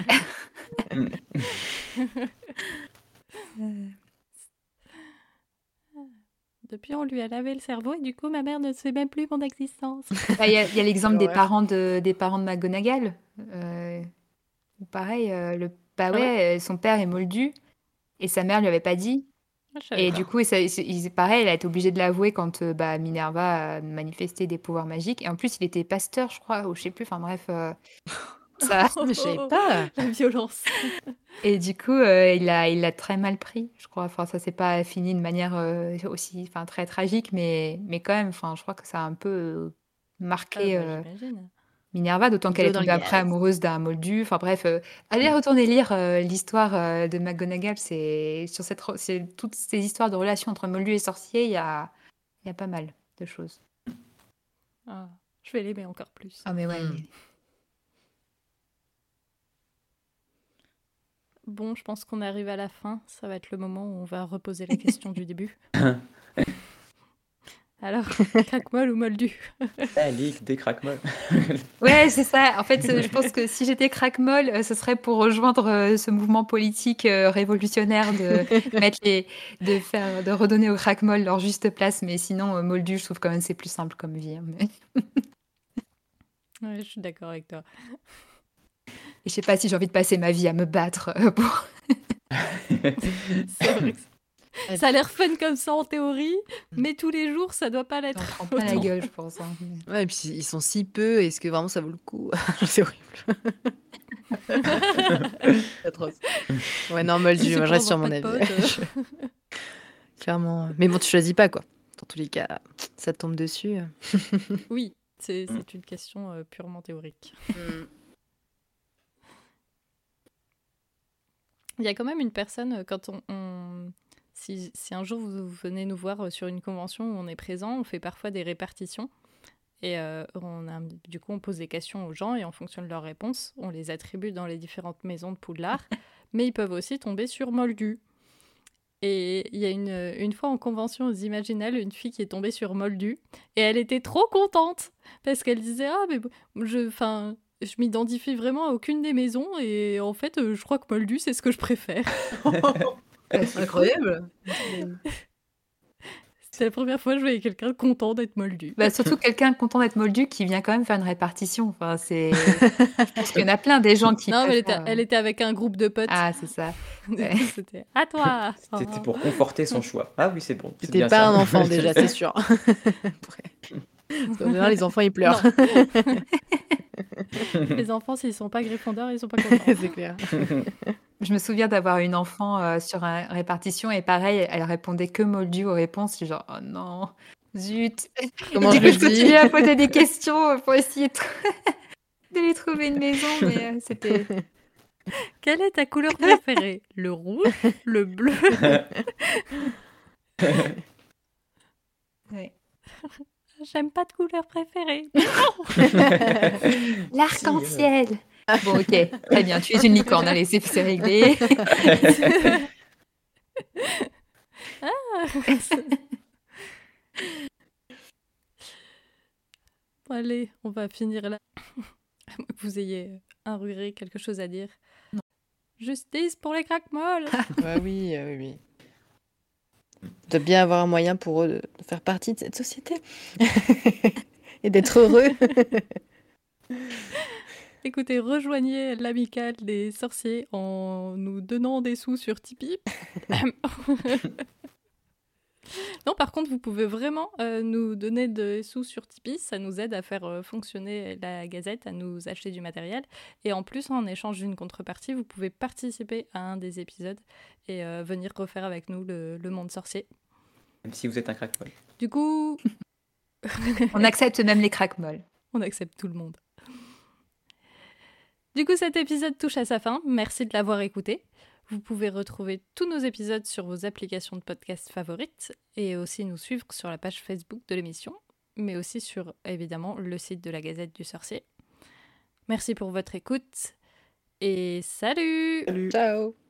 Depuis, on lui a lavé le cerveau et du coup, ma mère ne sait même plus mon existence. Bah, Il y a, il y a l'exemple des L'horreur. parents de, des parents de McGonagall. Euh, où pareil, euh, le, bah Ah ouais, euh, son père est moldu et sa mère lui avait pas dit. Ah, je savais Et pas. du coup, ça- il- il- pareil, elle a été obligée de l'avouer quand euh, bah, Minerva a manifesté des pouvoirs magiques. Et en plus, il était pasteur, je crois, ou je sais plus. Enfin bref, euh, ça. Mais je savais pas. La violence. Et du coup, euh, il a, il l'a très mal pris, je crois. Enfin, ça s'est pas fini de manière euh, aussi, enfin, très tragique, mais, mais quand même, enfin, je crois que ça a un peu euh, Ah, marqué bah, euh, j'imagine. Minerva, d'autant De qu'elle l'eau est dans le tombée après gaz. amoureuse d'un moldu. Enfin bref, euh, allez retourner lire euh, l'histoire euh, de McGonagall. C'est sur cette, re- c'est toutes ces histoires de relations entre moldu et sorcier, il y a, il y a pas mal de choses. Ah, je vais l'aimer encore plus. Ah mais ouais. Hmm. mais- Bon, je pense qu'on arrive à la fin. Ça va être le moment où on va reposer la question du début. Alors, craque-molle ou moldu? La ligue des craquemolles. Ouais, c'est ça. En fait, euh, je pense que si j'étais craque-molle, euh, ce serait pour rejoindre euh, ce mouvement politique euh, révolutionnaire de mettre les, de faire, de redonner aux craque-molles leur juste place. Mais sinon, euh, moldu, je trouve quand même c'est plus simple comme vie. hein. Mais- Ouais, je suis d'accord avec toi. Et je sais pas si j'ai envie de passer ma vie à me battre euh, pour. C'est vrai que ça- ça a l'air fun comme ça en théorie, mais tous les jours, ça doit pas J'en l'être. prends plein la autant. gueule, je pense. hein. Mais- Ouais, et puis ils sont si peu, est-ce que vraiment ça vaut le coup? C'est horrible. C'est atroce. Ouais, non, Si moldu, c'est moi je pour reste sur avoir mon pas avis. de potes, euh. Clairement. Mais bon, tu choisis pas, quoi. Dans tous les cas, ça te tombe dessus. Oui, c'est Mm. c'est une question euh, purement théorique. Il y a quand même une personne, euh, quand on... on- Si, si un jour vous venez nous voir euh, sur une convention où on est présent, on fait parfois des répartitions. Et euh, on a, du coup, on pose des questions aux gens et en fonction de leurs réponses, on les attribue dans les différentes maisons de Poudlard. Mais ils peuvent aussi tomber sur Moldu. Et il y a une, une fois en convention aux Imaginales, une fille qui est tombée sur Moldu. Et elle était trop contente parce qu'elle disait ah mais bon, je, enfin, je m'identifie vraiment à aucune des maisons et en fait euh, je crois que Moldu c'est ce que je préfère. Bah, c'est Incroyable. C'était la première fois que je voyais quelqu'un content d'être Moldu. Bah, surtout quelqu'un content d'être moldu qui vient quand même faire une répartition. Enfin, c'est... Je pense qu'il y en a plein des gens qui Non, mais elle était, préfèrent, euh, elle était avec un groupe de potes. Ah, c'est ça. Du Ouais. coup, c'était à toi. C'était pour conforter son choix. Ah oui, c'est bon. c'est C'était bien pas ça. un enfant déjà, c'est sûr. Parce qu'en général, les enfants ils pleurent. Les enfants, s'ils sont pas Gryffondor, ils sont pas contents. C'est clair. Je me souviens d'avoir une enfant euh, sur une répartition et pareil, elle répondait que moldu aux réponses. Je suis genre, oh non, zut. Comment Et je du coup, le je dis continuais à poser des questions pour essayer de, de lui trouver une maison, mais euh, c'était... Quelle est ta couleur préférée? Le rouge, le bleu? Ouais. J'aime pas de couleur préférée. L'arc-en-ciel. Bon, ok, très bien, tu es une licorne, allez, c'est c'est réglé. Bon, allez, on va finir là. À moins que vous ayez un regret, quelque chose à dire. Justice pour les craquemolles. Bah oui, euh, oui, oui. Il doit bien avoir un moyen pour eux de de faire partie de cette société et d'être heureux. Écoutez, rejoignez l'amicale des sorciers en nous donnant des sous sur Tipeee. Non, par contre, vous pouvez vraiment euh, nous donner des sous sur Tipeee. Ça nous aide à faire euh, fonctionner la Gazette, à nous acheter du matériel. Et en plus, en échange d'une contrepartie, vous pouvez participer à un des épisodes et euh, venir refaire avec nous le, le monde sorcier. Même si vous êtes un craquemol. Du coup, On accepte même les craquemolles. on accepte tout le monde. Du coup, cet épisode touche à sa fin. Merci de l'avoir écouté. Vous pouvez retrouver tous nos épisodes sur vos applications de podcast favorites et aussi nous suivre sur la page Facebook de l'émission, mais aussi sur, évidemment, le site de la Gazette du Sorcier. Merci pour votre écoute et salut! Salut. Ciao.